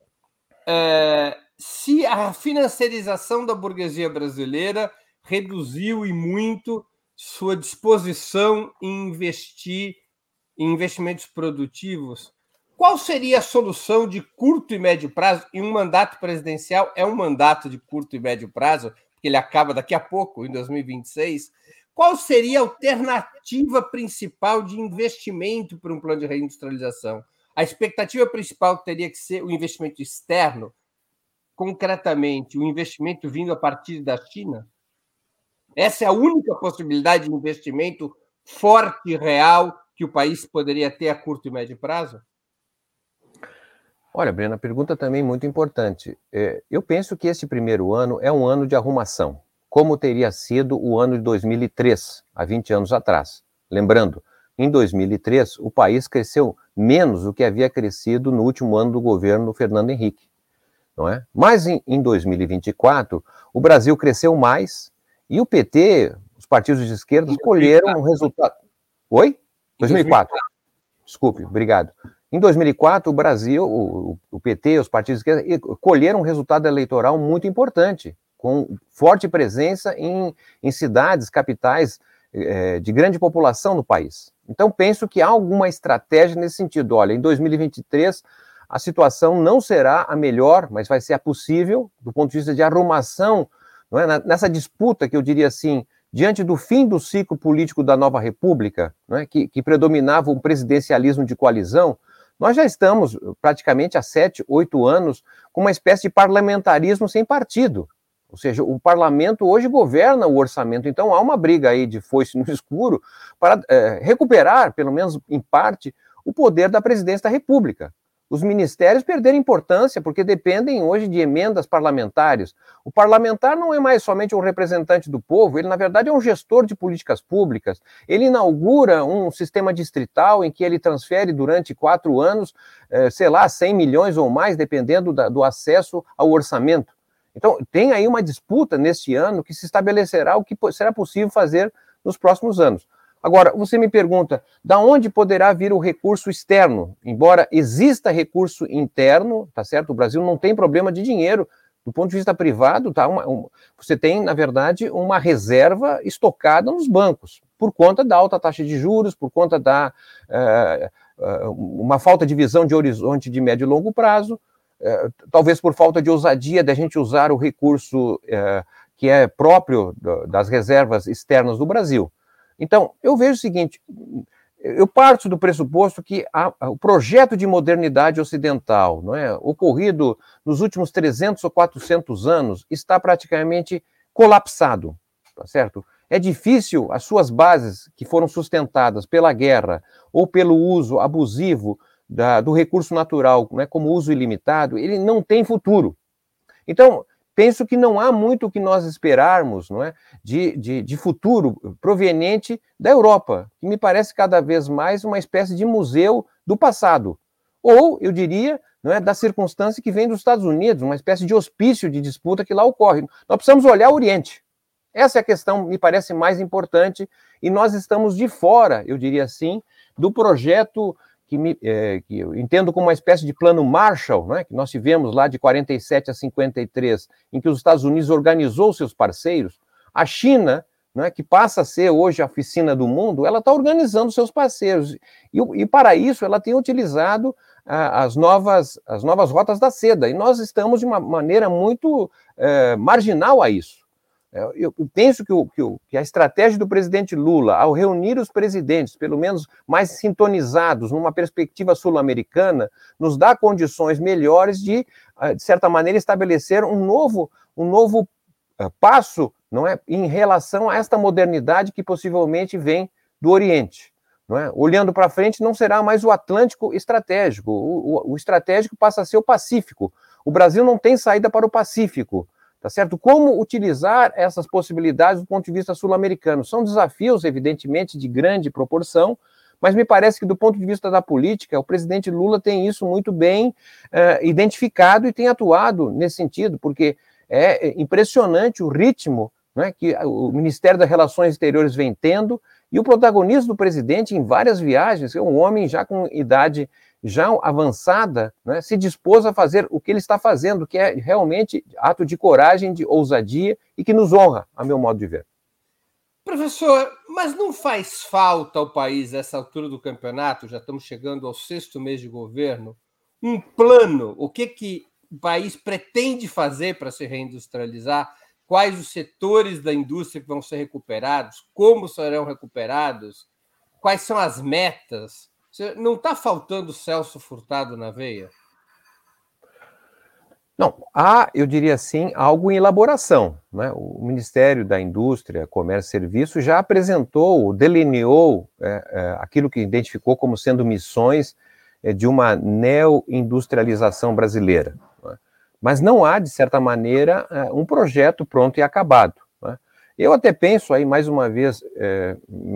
é, se a financiarização da burguesia brasileira reduziu e muito sua disposição em investir em investimentos produtivos, qual seria a solução de curto e médio prazo? E um mandato presidencial é um mandato de curto e médio prazo, porque ele acaba daqui a pouco, em dois mil e vinte e seis. Qual seria a alternativa principal de investimento para um plano de reindustrialização? A expectativa principal teria que ser o investimento externo, concretamente, o investimento vindo a partir da China? Essa é a única possibilidade de investimento forte e real que o país poderia ter a curto e médio prazo? Olha, Breno, a pergunta também é muito importante. É, eu penso que esse primeiro ano é um ano de arrumação, como teria sido o ano de dois mil e três, há vinte anos atrás. Lembrando, em dois mil e três, o país cresceu menos do que havia crescido no último ano do governo Fernando Henrique, não é? Mas em, em dois mil e vinte e quatro, o Brasil cresceu mais e o P T, os partidos de esquerda, colheram um resultado... Oi? dois mil e quatro. Desculpe, obrigado. Em dois mil e quatro, o Brasil, o, o P T, os partidos de esquerda, colheram um resultado eleitoral muito importante, com forte presença em, em cidades, capitais é, de grande população no país. Então, penso que há alguma estratégia nesse sentido. Olha, em dois mil e vinte e três, a situação não será a melhor, mas vai ser a possível, do ponto de vista de arrumação, não é? Nessa disputa que eu diria assim, diante do fim do ciclo político da nova república, não é? que, que predominava um presidencialismo de coalizão, nós já estamos praticamente há sete, oito anos com uma espécie de parlamentarismo sem partido. Ou seja, o parlamento hoje governa o orçamento, então há uma briga aí de foice no escuro para é, recuperar, pelo menos em parte, o poder da presidência da República. Os ministérios perderam importância porque dependem hoje de emendas parlamentares. O parlamentar não é mais somente um representante do povo, ele na verdade é um gestor de políticas públicas. Ele inaugura um sistema distrital em que ele transfere durante quatro anos, eh, sei lá, cem milhões ou mais, dependendo da, do acesso ao orçamento. Então, tem aí uma disputa neste ano que se estabelecerá o que será possível fazer nos próximos anos. Agora, você me pergunta, da onde poderá vir o recurso externo? Embora exista recurso interno, tá certo? O Brasil não tem problema de dinheiro. Do ponto de vista privado, tá? Uma, uma, você tem, na verdade, uma reserva estocada nos bancos, por conta da alta taxa de juros, por conta da uh, uh, uma falta de visão de horizonte de médio e longo prazo, uh, talvez por falta de ousadia de a gente usar o recurso uh, que é próprio do, das reservas externas do Brasil. Então, eu vejo o seguinte, eu parto do pressuposto que a, a, o projeto de modernidade ocidental, não é, ocorrido nos últimos trezentos ou quatrocentos anos, está praticamente colapsado, tá certo? É difícil, as suas bases que foram sustentadas pela guerra ou pelo uso abusivo da, do recurso natural, né, como uso ilimitado, ele não tem futuro. Então, penso que não há muito o que nós esperarmos, não é, de, de, de futuro proveniente da Europa, que me parece cada vez mais uma espécie de museu do passado. Ou, eu diria, não é, da circunstância que vem dos Estados Unidos, uma espécie de hospício de disputa que lá ocorre. Nós precisamos olhar o Oriente. Essa é a questão, me parece, mais importante, e nós estamos de fora, eu diria assim, do projeto que, me, é, que eu entendo como uma espécie de plano Marshall, né, que nós tivemos lá de quarenta e sete a cinquenta e três, em que os Estados Unidos organizou seus parceiros. A China, né, que passa a ser hoje a oficina do mundo, ela está organizando seus parceiros, e, e para isso ela tem utilizado ah, as, novas, as novas rotas da seda, e nós estamos de uma maneira muito eh, marginal a isso. Eu penso que, o, que, o, que a estratégia do presidente Lula, ao reunir os presidentes, pelo menos mais sintonizados numa perspectiva sul-americana, nos dá condições melhores de, de certa maneira, estabelecer um novo, um novo uh, passo, não é, em relação a esta modernidade que possivelmente vem do Oriente. Não é? Olhando para frente, não será mais o Atlântico estratégico, o, o, o estratégico passa a ser o Pacífico. O Brasil não tem saída para o Pacífico. Tá certo? Como utilizar essas possibilidades do ponto de vista sul-americano? São desafios, evidentemente, de grande proporção, mas me parece que, do ponto de vista da política, o presidente Lula tem isso muito bem uh, identificado e tem atuado nesse sentido, porque é impressionante o ritmo, né, que o Ministério das Relações Exteriores vem tendo, e o protagonismo do presidente em várias viagens, é um homem já com idade já avançada, né, se dispôs a fazer o que ele está fazendo, que é realmente ato de coragem, de ousadia e que nos honra, a meu modo de ver. Professor, mas não faz falta ao país, nessa altura do campeonato, já estamos chegando ao sexto mês de governo, um plano, o que, que o país pretende fazer para se reindustrializar, quais os setores da indústria que vão ser recuperados, como serão recuperados, quais são as metas? Não está faltando Celso Furtado na veia? Não, há, eu diria assim, algo em elaboração, né? O Ministério da Indústria, Comércio e Serviços já apresentou, delineou é, é, aquilo que identificou como sendo missões é, de uma neo-industrialização brasileira, né? Mas não há, de certa maneira, é, um projeto pronto e acabado, né? Eu até penso aí, mais uma vez, é,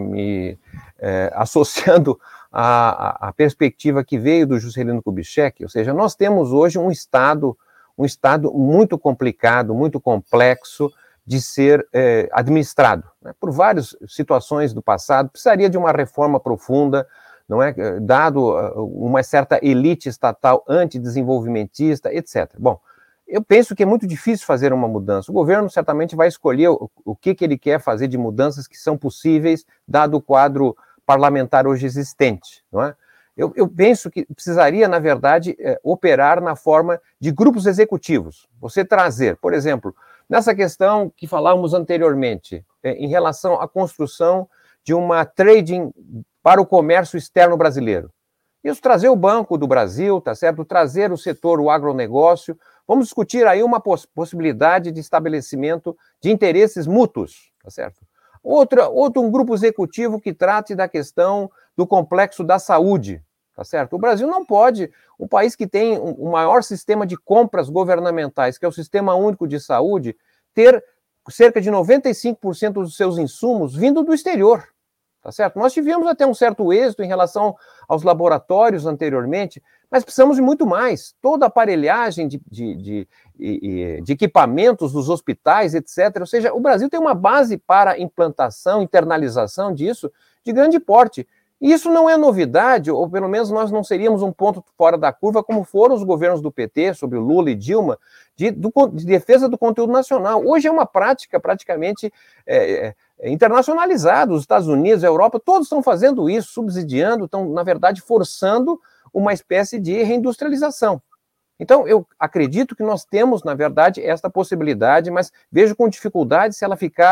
me é, associando a, a, a perspectiva que veio do Juscelino Kubitschek, ou seja, nós temos hoje um Estado, um Estado muito complicado, muito complexo de ser é, administrado, né, por várias situações do passado, precisaria de uma reforma profunda, não é, dado uma certa elite estatal antidesenvolvimentista, etcétera. Bom, eu penso que é muito difícil fazer uma mudança. O governo certamente vai escolher o, o que, que ele quer fazer de mudanças que são possíveis, dado o quadro parlamentar hoje existente, não é? Eu, eu penso que precisaria, na verdade, é, operar na forma de grupos executivos. Você trazer, por exemplo, nessa questão que falávamos anteriormente, é, em relação à construção de uma trading para o comércio externo brasileiro. Isso, trazer o Banco do Brasil, tá certo? Trazer o setor, o agronegócio. Vamos discutir aí uma poss- possibilidade de estabelecimento de interesses mútuos, tá certo? Outra, outro um grupo executivo que trate da questão do complexo da saúde, tá certo? O Brasil não pode, um país que tem o um, um maior sistema de compras governamentais, que é o Sistema Único de Saúde, ter cerca de noventa e cinco por cento dos seus insumos vindo do exterior, tá certo? Nós tivemos até um certo êxito em relação aos laboratórios anteriormente, mas precisamos de muito mais. Toda a aparelhagem de, de, de, de, de equipamentos dos hospitais, etcétera. Ou seja, o Brasil tem uma base para implantação, internalização disso de grande porte. E isso não é novidade, ou pelo menos nós não seríamos um ponto fora da curva, como foram os governos do P T, sobre o Lula e Dilma, de, do, de defesa do conteúdo nacional. Hoje é uma prática praticamente é, é, internacionalizada. Os Estados Unidos, a Europa, todos estão fazendo isso, subsidiando, estão, na verdade, forçando uma espécie de reindustrialização. Então, eu acredito que nós temos, na verdade, esta possibilidade, mas vejo com dificuldade se ela ficar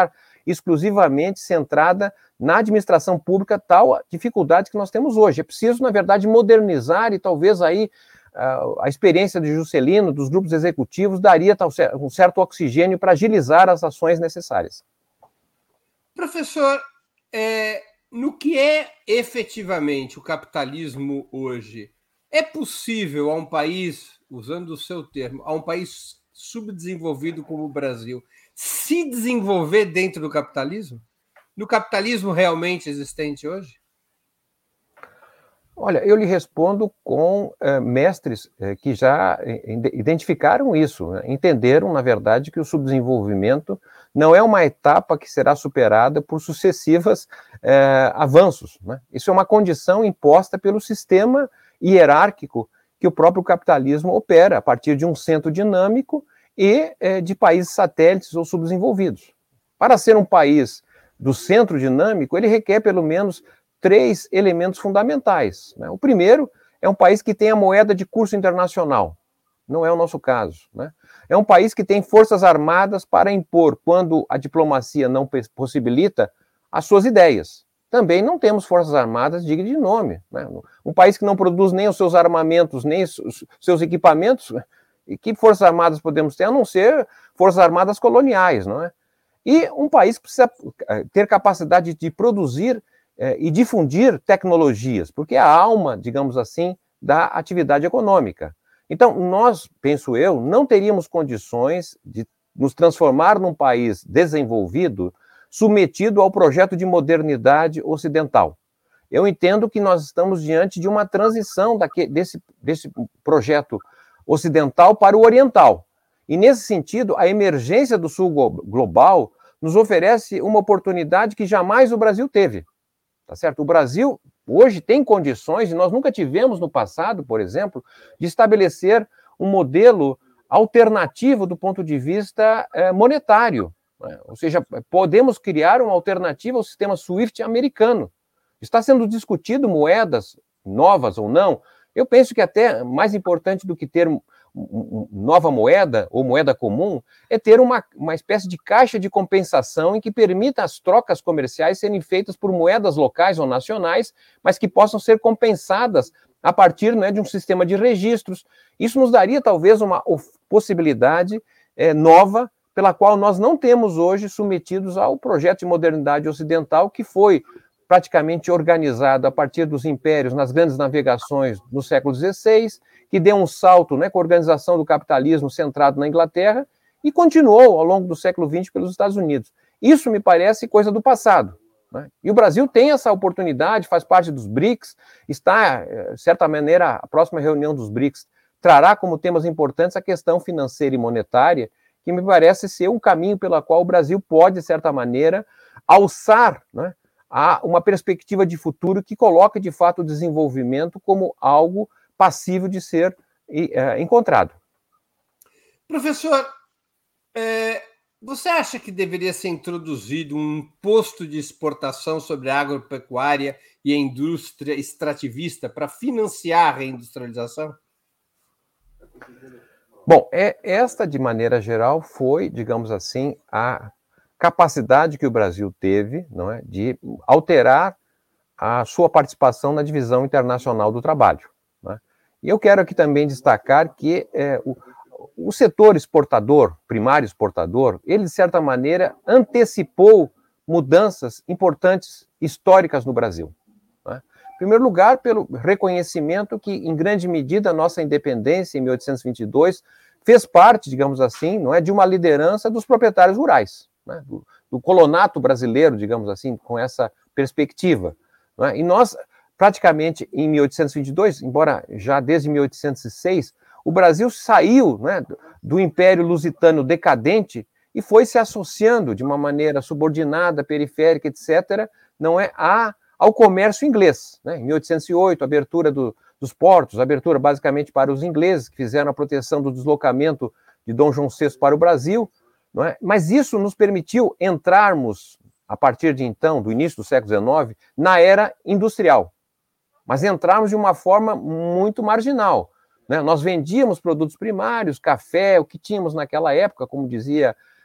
exclusivamente centrada na administração pública, tal a dificuldade que nós temos hoje. É preciso, na verdade, modernizar e talvez aí uh, a experiência de Juscelino, dos grupos executivos, daria tal, um certo oxigênio para agilizar as ações necessárias. Professor, é, no que é efetivamente o capitalismo hoje, é possível a um país, usando o seu termo, a um país subdesenvolvido como o Brasil, se desenvolver dentro do capitalismo? No capitalismo realmente existente hoje? Olha, eu lhe respondo com eh, mestres eh, que já identificaram isso, né? Entenderam, na verdade, que o subdesenvolvimento não é uma etapa que será superada por sucessivos eh, avanços, né? Isso é uma condição imposta pelo sistema hierárquico que o próprio capitalismo opera, a partir de um centro dinâmico e eh, de países satélites ou subdesenvolvidos. Para ser um país do centro dinâmico, ele requer pelo menos três elementos fundamentais, né? O primeiro é um país que tem a moeda de curso internacional. Não é o nosso caso, né? É um país que tem forças armadas para impor, quando a diplomacia não possibilita, as suas ideias. Também não temos forças armadas dignas de nome, né? Um país que não produz nem os seus armamentos, nem os seus equipamentos, e que forças armadas podemos ter, a não ser forças armadas coloniais, não é? E um país precisa ter capacidade de produzir eh, e difundir tecnologias, porque é a alma, digamos assim, da atividade econômica. Então, nós, penso eu, não teríamos condições de nos transformar num país desenvolvido submetido ao projeto de modernidade ocidental. Eu entendo que nós estamos diante de uma transição daquele, desse, desse projeto ocidental para o oriental. E, nesse sentido, a emergência do sul global nos oferece uma oportunidade que jamais o Brasil teve. Tá certo? O Brasil hoje tem condições, e nós nunca tivemos no passado, por exemplo, de estabelecer um modelo alternativo do ponto de vista eh, monetário. Né? Ou seja, podemos criar uma alternativa ao sistema SWIFT americano. Está sendo discutido moedas novas ou não. Eu penso que até mais importante do que ter nova moeda ou moeda comum é ter uma, uma espécie de caixa de compensação em que permita as trocas comerciais serem feitas por moedas locais ou nacionais, mas que possam ser compensadas a partir, né, de um sistema de registros. Isso nos daria talvez uma possibilidade é, nova, pela qual nós não temos hoje submetidos ao projeto de modernidade ocidental, que foi praticamente organizado a partir dos impérios nas grandes navegações no século dezesseis, que deu um salto, né, com a organização do capitalismo centrado na Inglaterra e continuou ao longo do século vinte pelos Estados Unidos. Isso me parece coisa do passado, né? E o Brasil tem essa oportunidade, faz parte dos BRICS, está, de certa maneira, a próxima reunião dos BRICS trará como temas importantes a questão financeira e monetária, que me parece ser um caminho pelo qual o Brasil pode, de certa maneira, alçar, né, a uma perspectiva de futuro que coloca, de fato, o desenvolvimento como algo passível de ser é, encontrado. Professor, é, você acha que deveria ser introduzido um imposto de exportação sobre a agropecuária e a indústria extrativista para financiar a reindustrialização? Bom, é, esta, de maneira geral, foi, digamos assim, a capacidade que o Brasil teve, não é, de alterar a sua participação na divisão internacional do trabalho. Né? E eu quero aqui também destacar que é, o, o setor exportador, primário exportador, ele, de certa maneira, antecipou mudanças importantes históricas no Brasil. Né? Em primeiro lugar, pelo reconhecimento que, em grande medida, a nossa independência, em mil oitocentos e vinte e dois, fez parte, digamos assim, não é, de uma liderança dos proprietários rurais, né? do, do colonato brasileiro, digamos assim, com essa perspectiva. Né? E nós, praticamente, em mil oitocentos e vinte e dois, embora já desde mil oitocentos e seis, o Brasil saiu, né, do Império Lusitano decadente e foi se associando de uma maneira subordinada, periférica, etcétera, não é, a, ao comércio inglês. Né? Em mil oitocentos e oito, abertura do, dos portos, abertura basicamente para os ingleses, que fizeram a proteção do deslocamento de Dom João sexto para o Brasil. Não é? Mas isso nos permitiu entrarmos, a partir de então, do início do século dezenove, na era industrial. Mas entrarmos de uma forma muito marginal. Né? Nós vendíamos produtos primários, café, o que tínhamos naquela época, como dizia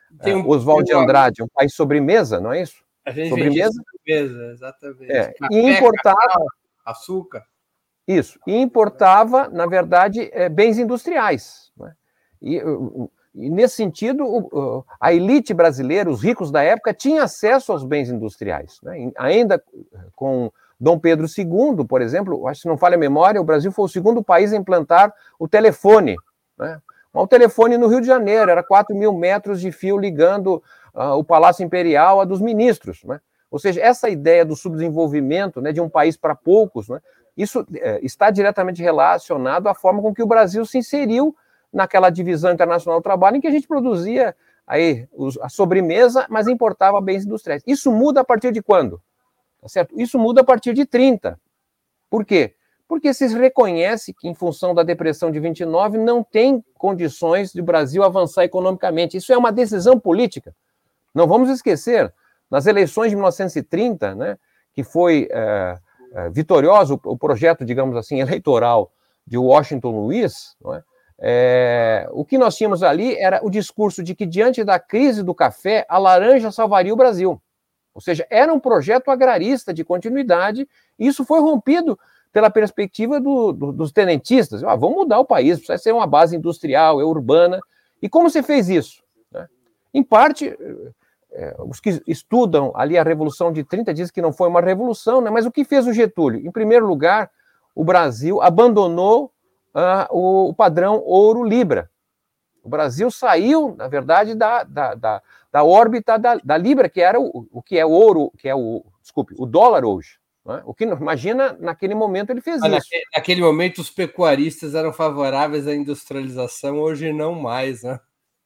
um, Oswald de Andrade, um país sobremesa, não é isso? A gente sobremesa, sobremesa exatamente. É, Café, e importava cacau, açúcar. Isso, e importava, na verdade, bens industriais. Né? E, e, nesse sentido, a elite brasileira, os ricos da época, tinham acesso aos bens industriais. Né? Ainda com Dom Pedro segundo, por exemplo, acho que se não falha a memória, o Brasil foi o segundo país a implantar o telefone. Né? O telefone no Rio de Janeiro, era quatro mil metros de fio ligando uh, o Palácio Imperial a dos ministros. Né? Ou seja, essa ideia do subdesenvolvimento, né, de um país para poucos, né, isso é, está diretamente relacionado à forma com que o Brasil se inseriu naquela divisão internacional do trabalho em que a gente produzia aí os, a sobremesa, mas importava bens industriais. Isso muda a partir de quando? Tá certo? Isso muda a partir de trinta. Por quê? Porque se reconhece que, em função da depressão de vinte e nove, não tem condições de o Brasil avançar economicamente. Isso é uma decisão política. Não vamos esquecer, nas eleições de mil novecentos e trinta, né, que foi é, é, vitorioso o projeto, digamos assim, eleitoral de Washington Luiz, não é? É, o que nós tínhamos ali era o discurso de que, diante da crise do café, a laranja salvaria o Brasil. Ou seja, era um projeto agrarista de continuidade, e isso foi rompido pela perspectiva do, do, dos tenentistas. Ah, vamos mudar o país, precisa ser uma base industrial, é urbana. E como se fez isso? Né? Em parte, é, os que estudam ali a Revolução de trinta dizem que não foi uma revolução, né? Mas o que fez o Getúlio? Em primeiro lugar, o Brasil abandonou uh, o, o padrão ouro-libra. O Brasil saiu, na verdade, da, da, da, da órbita da, da libra, que era o, o que é ouro, que é o, desculpe, o dólar hoje. Né? O que, imagina, naquele momento ele fez ah, isso. Naquele, naquele momento os pecuaristas eram favoráveis à industrialização, hoje não mais, né?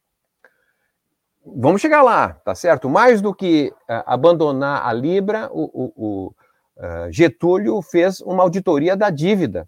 Vamos chegar lá, tá certo? Mais do que uh, abandonar a libra, o, o, o uh, Getúlio fez uma auditoria da dívida,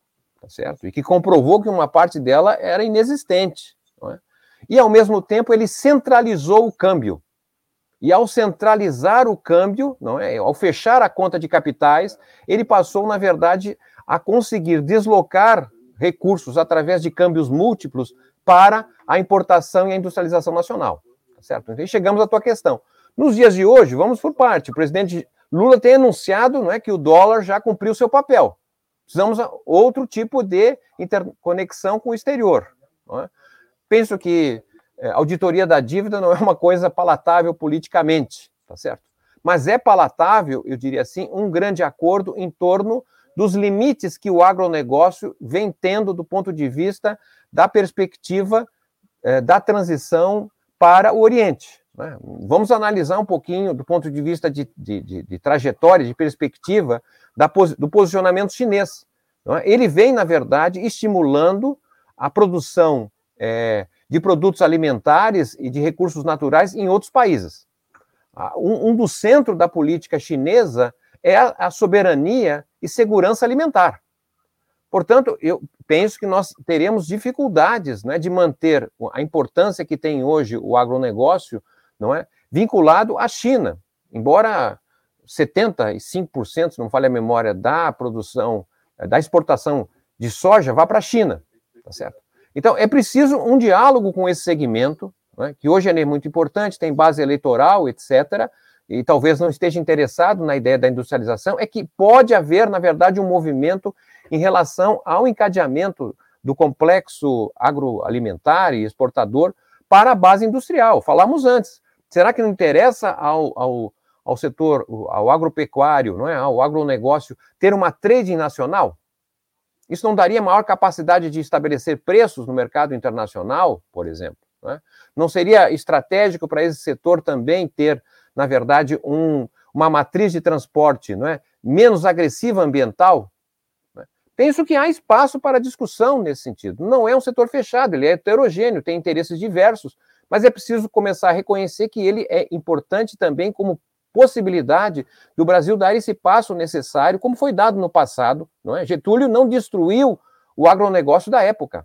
tá certo? E que comprovou que uma parte dela era inexistente. Não é? E, ao mesmo tempo, ele centralizou o câmbio. E, ao centralizar o câmbio, não é? Ao fechar a conta de capitais, ele passou, na verdade, a conseguir deslocar recursos através de câmbios múltiplos para a importação e a industrialização nacional. Tá certo? Então, chegamos à tua questão. Nos dias de hoje, vamos por parte. O presidente Lula tem anunciado, não é, que o dólar já cumpriu seu papel. Precisamos de outro tipo de interconexão com o exterior. Não é? Penso que a auditoria da dívida não é uma coisa palatável politicamente, tá certo? Mas é palatável, eu diria assim, um grande acordo em torno dos limites que o agronegócio vem tendo do ponto de vista da perspectiva eh, da transição para o Oriente. Né? Vamos analisar um pouquinho do ponto de vista de, de, de, de trajetória, de perspectiva da, do posicionamento chinês. Não é? Ele vem, na verdade, estimulando a produção é, de produtos alimentares e de recursos naturais em outros países. Um, um dos centros da política chinesa é a, a soberania e segurança alimentar. Portanto, eu penso que nós teremos dificuldades, né, de manter a importância que tem hoje o agronegócio, não é, vinculado à China. Embora setenta e cinco por cento, se não falha a memória, da produção, da exportação de soja vá para a China, tá certo? Então, é preciso um diálogo com esse segmento, né, que hoje é muito importante, tem base eleitoral, etcétera, e talvez não esteja interessado na ideia da industrialização, é que pode haver, na verdade, um movimento em relação ao encadeamento do complexo agroalimentar e exportador para a base industrial. Falamos antes. Será que não interessa ao, ao, ao setor, ao agropecuário, não é? Ao agronegócio, ter uma trading nacional? Isso não daria maior capacidade de estabelecer preços no mercado internacional, por exemplo? Não é? Não seria estratégico para esse setor também ter, na verdade, um, uma matriz de transporte, não é, menos agressiva ambiental? Não é? Penso que há espaço para discussão nesse sentido. Não é um setor fechado, ele é heterogêneo, tem interesses diversos, mas é preciso começar a reconhecer que ele é importante também como possibilidade do Brasil dar esse passo necessário, como foi dado no passado. Não é? Getúlio não destruiu o agronegócio da época.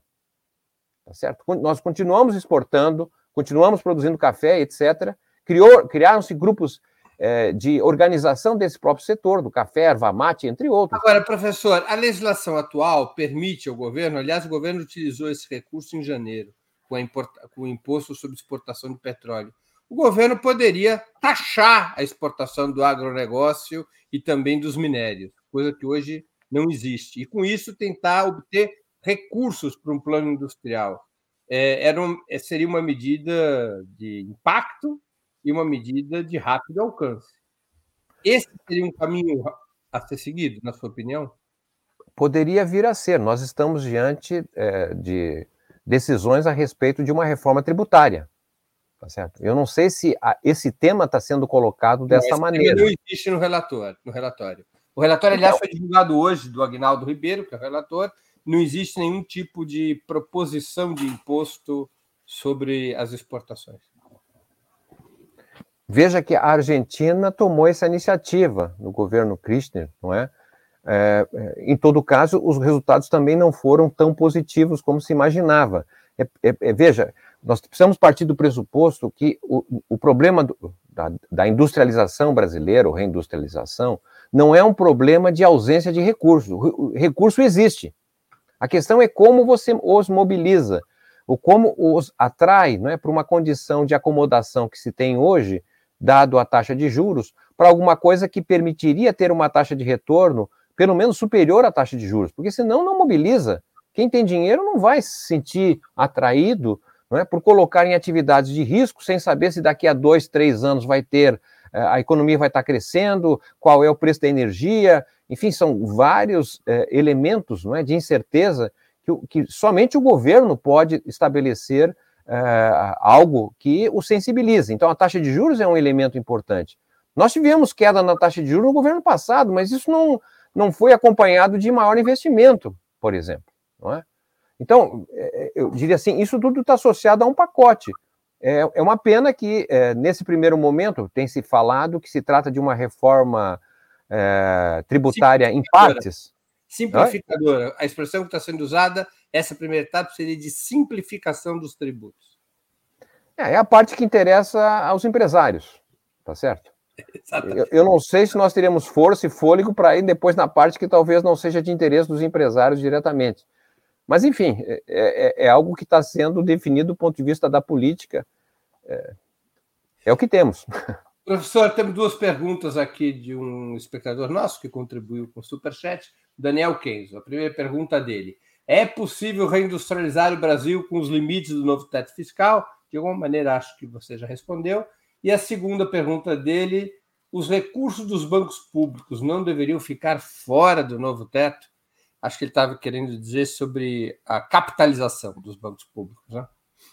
Tá certo? Nós continuamos exportando, continuamos produzindo café, etcétera. Criou, criaram-se grupos é, de organização desse próprio setor, do café, erva mate, entre outros. Agora, professor, a legislação atual permite ao governo, aliás, o governo utilizou esse recurso em janeiro, com, a importa, com o imposto sobre exportação de petróleo, o governo poderia taxar a exportação do agronegócio e também dos minérios, coisa que hoje não existe. E, com isso, tentar obter recursos para um plano industrial. É, era um, seria uma medida de impacto e uma medida de rápido alcance. Esse seria um caminho a ser seguido, na sua opinião? Poderia vir a ser. Nós estamos diante é, de decisões a respeito de uma reforma tributária. Tá certo? Eu não sei se a, esse tema está sendo colocado dessa não, maneira. Não existe no relatório, no relatório. O relatório, aliás, foi divulgado hoje do Aguinaldo Ribeiro, que é o relator. Não existe nenhum tipo de proposição de imposto sobre as exportações. Veja que a Argentina tomou essa iniciativa no governo Kirchner, não é? É, em todo caso, os resultados também não foram tão positivos como se imaginava. É, é, é, veja, nós precisamos partir do pressuposto que o, o problema do, da, da industrialização brasileira, ou reindustrialização, não é um problema de ausência de recurso. O recurso existe. A questão é como você os mobiliza, ou como os atrai, não é, para uma condição de acomodação que se tem hoje, dado a taxa de juros, para alguma coisa que permitiria ter uma taxa de retorno pelo menos superior à taxa de juros, porque senão não mobiliza. Quem tem dinheiro não vai se sentir atraído, não é, por colocar em atividades de risco sem saber se daqui a dois, três anos vai ter, a economia vai estar crescendo, qual é o preço da energia, enfim, são vários eh, elementos, não é, de incerteza que, que somente o governo pode estabelecer eh, algo que o sensibilize. Então, a taxa de juros é um elemento importante. Nós tivemos queda na taxa de juros no governo passado, mas isso não, não foi acompanhado de maior investimento, por exemplo, não é? Então, eu diria assim, isso tudo está associado a um pacote. É, é uma pena que, é, nesse primeiro momento, tem se falado que se trata de uma reforma é, tributária em partes. Simplificadora. É? A expressão que está sendo usada, essa primeira etapa, seria de simplificação dos tributos. É, é a parte que interessa aos empresários, tá certo? Eu, eu não sei se nós teríamos força e fôlego para ir depois na parte que talvez não seja de interesse dos empresários diretamente. Mas, enfim, é, é, é algo que está sendo definido do ponto de vista da política. É, é o que temos. Professor, temos duas perguntas aqui de um espectador nosso que contribuiu com o Superchat, Daniel Kenzo. A primeira pergunta dele: é possível reindustrializar o Brasil com os limites do novo teto fiscal? De alguma maneira, acho que você já respondeu. E a segunda pergunta dele: os recursos dos bancos públicos não deveriam ficar fora do novo teto? Acho que ele estava querendo dizer sobre a capitalização dos bancos públicos, né?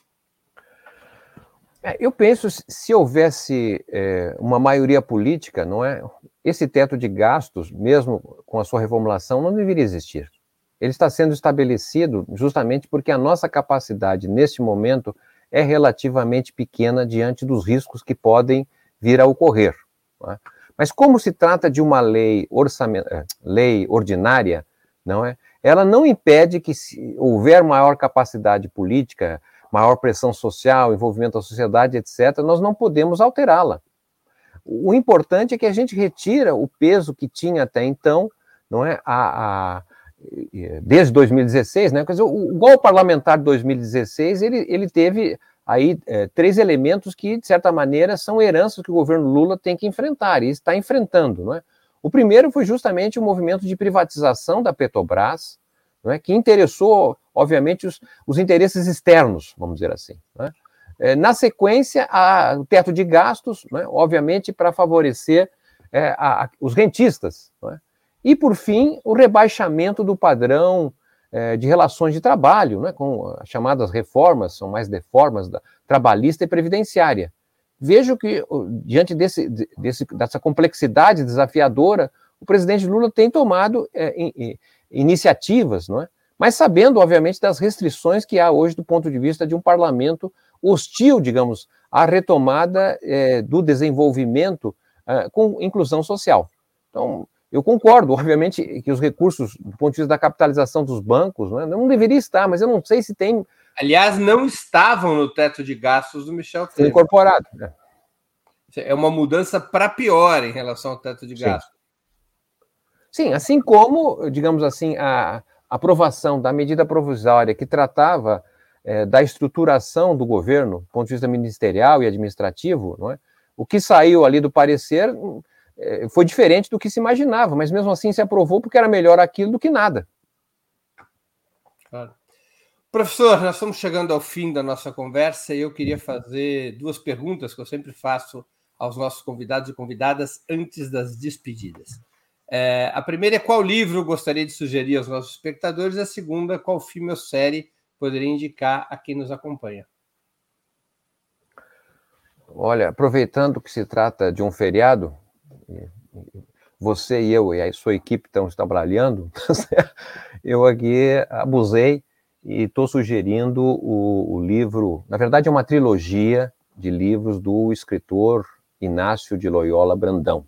É, eu penso, se houvesse é, uma maioria política, não é? Esse teto de gastos, mesmo com a sua reformulação, não deveria existir. Ele está sendo estabelecido justamente porque a nossa capacidade, neste momento, é relativamente pequena diante dos riscos que podem vir a ocorrer. Não é? Mas como se trata de uma lei, orçament... lei ordinária, não é? Ela não impede que, se houver maior capacidade política, maior pressão social, envolvimento da sociedade, etcétera, nós não podemos alterá-la. O importante é que a gente retira o peso que tinha até então, não é? A, a, desde dois mil e dezesseis, né? Quer dizer, o, o golpe parlamentar de dois mil e dezesseis, ele, ele teve aí é, três elementos que, de certa maneira, são heranças que o governo Lula tem que enfrentar, e está enfrentando, não é? O primeiro foi justamente o movimento de privatização da Petrobras, não é, que interessou, obviamente, os, os interesses externos, vamos dizer assim. Não é? É, na sequência, a, o teto de gastos, não é, obviamente, para favorecer é, a, a, os rentistas. Não é? E, por fim, o rebaixamento do padrão é, de relações de trabalho, não é, com as chamadas reformas, são mais deformas, da, trabalhista e previdenciária. Vejo que, diante desse, desse, dessa complexidade desafiadora, o presidente Lula tem tomado é, in, iniciativas, não é? Mas sabendo, obviamente, das restrições que há hoje do ponto de vista de um parlamento hostil, digamos, à retomada é, do desenvolvimento é, com inclusão social. Então, eu concordo, obviamente, que os recursos, do ponto de vista da capitalização dos bancos, não, é? Não deveria estar, mas eu não sei se tem... Aliás, não estavam no teto de gastos do Michel Temer. Foi incorporado. Né? É uma mudança para pior em relação ao teto de gastos. Sim, assim como, digamos assim, a aprovação da medida provisória que tratava é, da estruturação do governo, do ponto de vista ministerial e administrativo, não é? O que saiu ali do parecer é, foi diferente do que se imaginava, mas mesmo assim se aprovou porque era melhor aquilo do que nada. Claro. Professor, nós estamos chegando ao fim da nossa conversa e eu queria fazer duas perguntas que eu sempre faço aos nossos convidados e convidadas antes das despedidas. É, a primeira é qual livro gostaria de sugerir aos nossos espectadores, a segunda, qual filme ou série poderia indicar a quem nos acompanha. Olha, aproveitando que se trata de um feriado, você e eu e a sua equipe estamos trabalhando, eu aqui abusei e estou sugerindo o, o livro, na verdade é uma trilogia de livros do escritor Inácio de Loyola Brandão.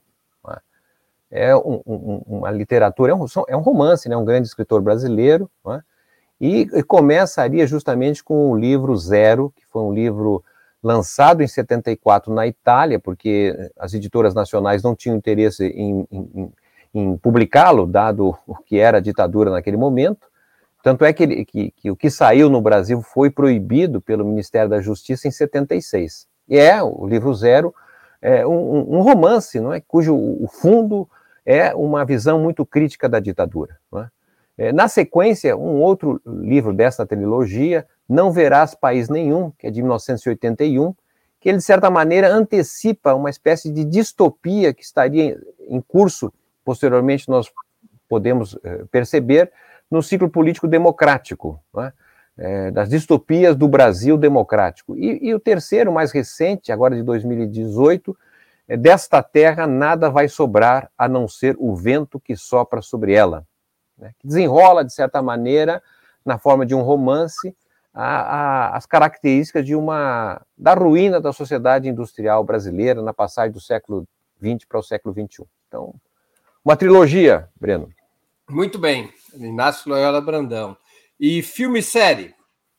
É um, um, uma literatura, é um, é um romance, né, um grande escritor brasileiro, né, e, e começaria justamente com o livro Zero, que foi um livro lançado em setenta e quatro na Itália, porque as editoras nacionais não tinham interesse em, em, em publicá-lo, dado o que era a ditadura naquele momento. Tanto é que, ele, que, que o que saiu no Brasil foi proibido pelo Ministério da Justiça em setenta e seis. E é, o livro Zero, é um, um romance, não é, cujo o fundo é uma visão muito crítica da ditadura. Não é? É, na sequência, um outro livro dessa trilogia, Não Verás País Nenhum, que é de mil novecentos e oitenta e um, que ele, de certa maneira, antecipa uma espécie de distopia que estaria em curso, posteriormente nós podemos eh, perceber, no ciclo político democrático, não é? É, das distopias do Brasil democrático. E, e o terceiro, mais recente, agora de dois mil e dezoito, é Desta Terra Nada Vai Sobrar, a não ser o vento que sopra sobre ela, né? Que desenrola, de certa maneira, na forma de um romance, a, a, as características de uma, da ruína da sociedade industrial brasileira na passagem do século vinte para o século vinte e um. Então, uma trilogia, Breno. Muito bem, Inácio Loyola Brandão. E filme e série?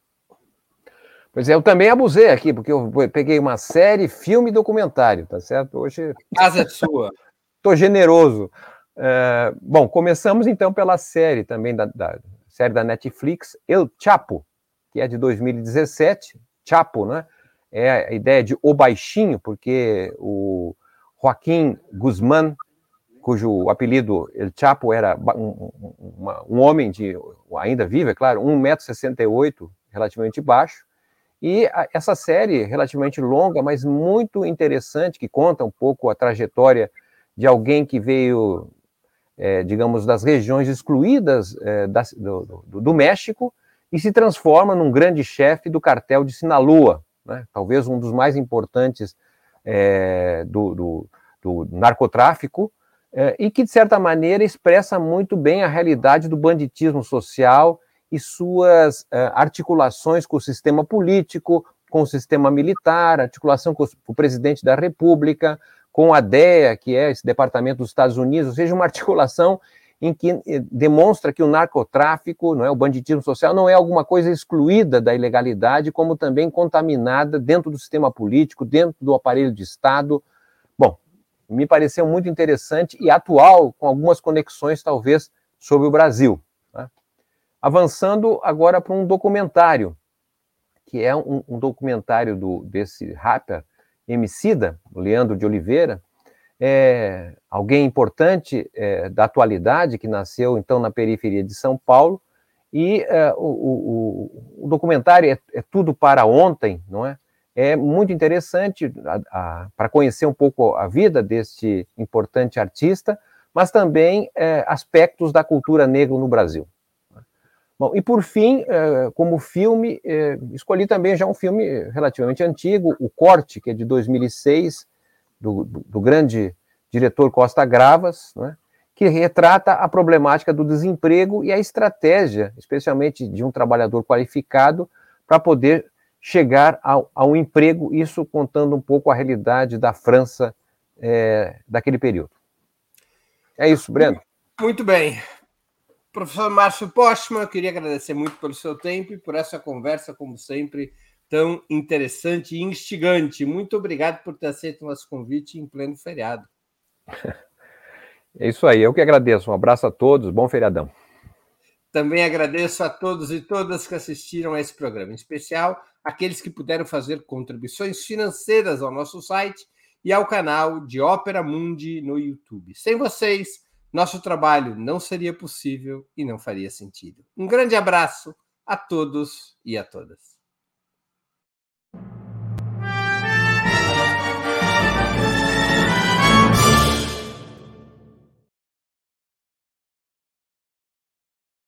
Pois é, eu também abusei aqui, porque eu peguei uma série, filme e documentário, tá certo? Hoje... A casa é sua. Estou generoso. É, bom, começamos então pela série também, da, da série da Netflix, El Chapo, que é de dois mil e dezessete. Chapo, né? É a ideia de O Baixinho, porque o Joaquim Guzmán, cujo apelido El Chapo era um, um, um homem de, ainda vivo, é claro, um metro e sessenta e oito, relativamente baixo, e a, essa série relativamente longa, mas muito interessante, que conta um pouco a trajetória de alguém que veio, é, digamos, das regiões excluídas é, da, do, do, do México e se transforma num grande chefe do cartel de Sinaloa, né? Talvez um dos mais importantes é, do, do, do narcotráfico, é, e que, de certa maneira, expressa muito bem a realidade do banditismo social e suas é, articulações com o sistema político, com o sistema militar, articulação com o presidente da República, com a D E A, que é esse departamento dos Estados Unidos, ou seja, uma articulação em que demonstra que o narcotráfico, não é, o banditismo social, não é alguma coisa excluída da ilegalidade, como também contaminada dentro do sistema político, dentro do aparelho de Estado. Bom, me pareceu muito interessante e atual, com algumas conexões, talvez, sobre o Brasil. Né? Avançando agora para um documentário, que é um, um documentário do, desse rapper Emicida, o Leandro de Oliveira, é, alguém importante é, da atualidade, que nasceu, então, na periferia de São Paulo, e é, o, o, o documentário é, é Tudo para Ontem, não é? É muito interessante para conhecer um pouco a vida deste importante artista, mas também é, aspectos da cultura negra no Brasil. Bom, e por fim, é, como filme, é, escolhi também já um filme relativamente antigo, O Corte, que é de dois mil e seis, do, do, do grande diretor Costa Gravas, né, que retrata a problemática do desemprego e a estratégia, especialmente de um trabalhador qualificado, para poder chegar ao, ao emprego, isso contando um pouco a realidade da França é, daquele período. É isso, Breno. Muito bem. Professor Márcio Postman, eu queria agradecer muito pelo seu tempo e por essa conversa, como sempre, tão interessante e instigante. Muito obrigado por ter aceito o nosso convite em pleno feriado. É isso aí, eu que agradeço. Um abraço a todos, bom feriadão. Também agradeço a todos e todas que assistiram a esse programa, em especial aqueles que puderam fazer contribuições financeiras ao nosso site e ao canal de Ópera Mundi no YouTube. Sem vocês, nosso trabalho não seria possível e não faria sentido. Um grande abraço a todos e a todas.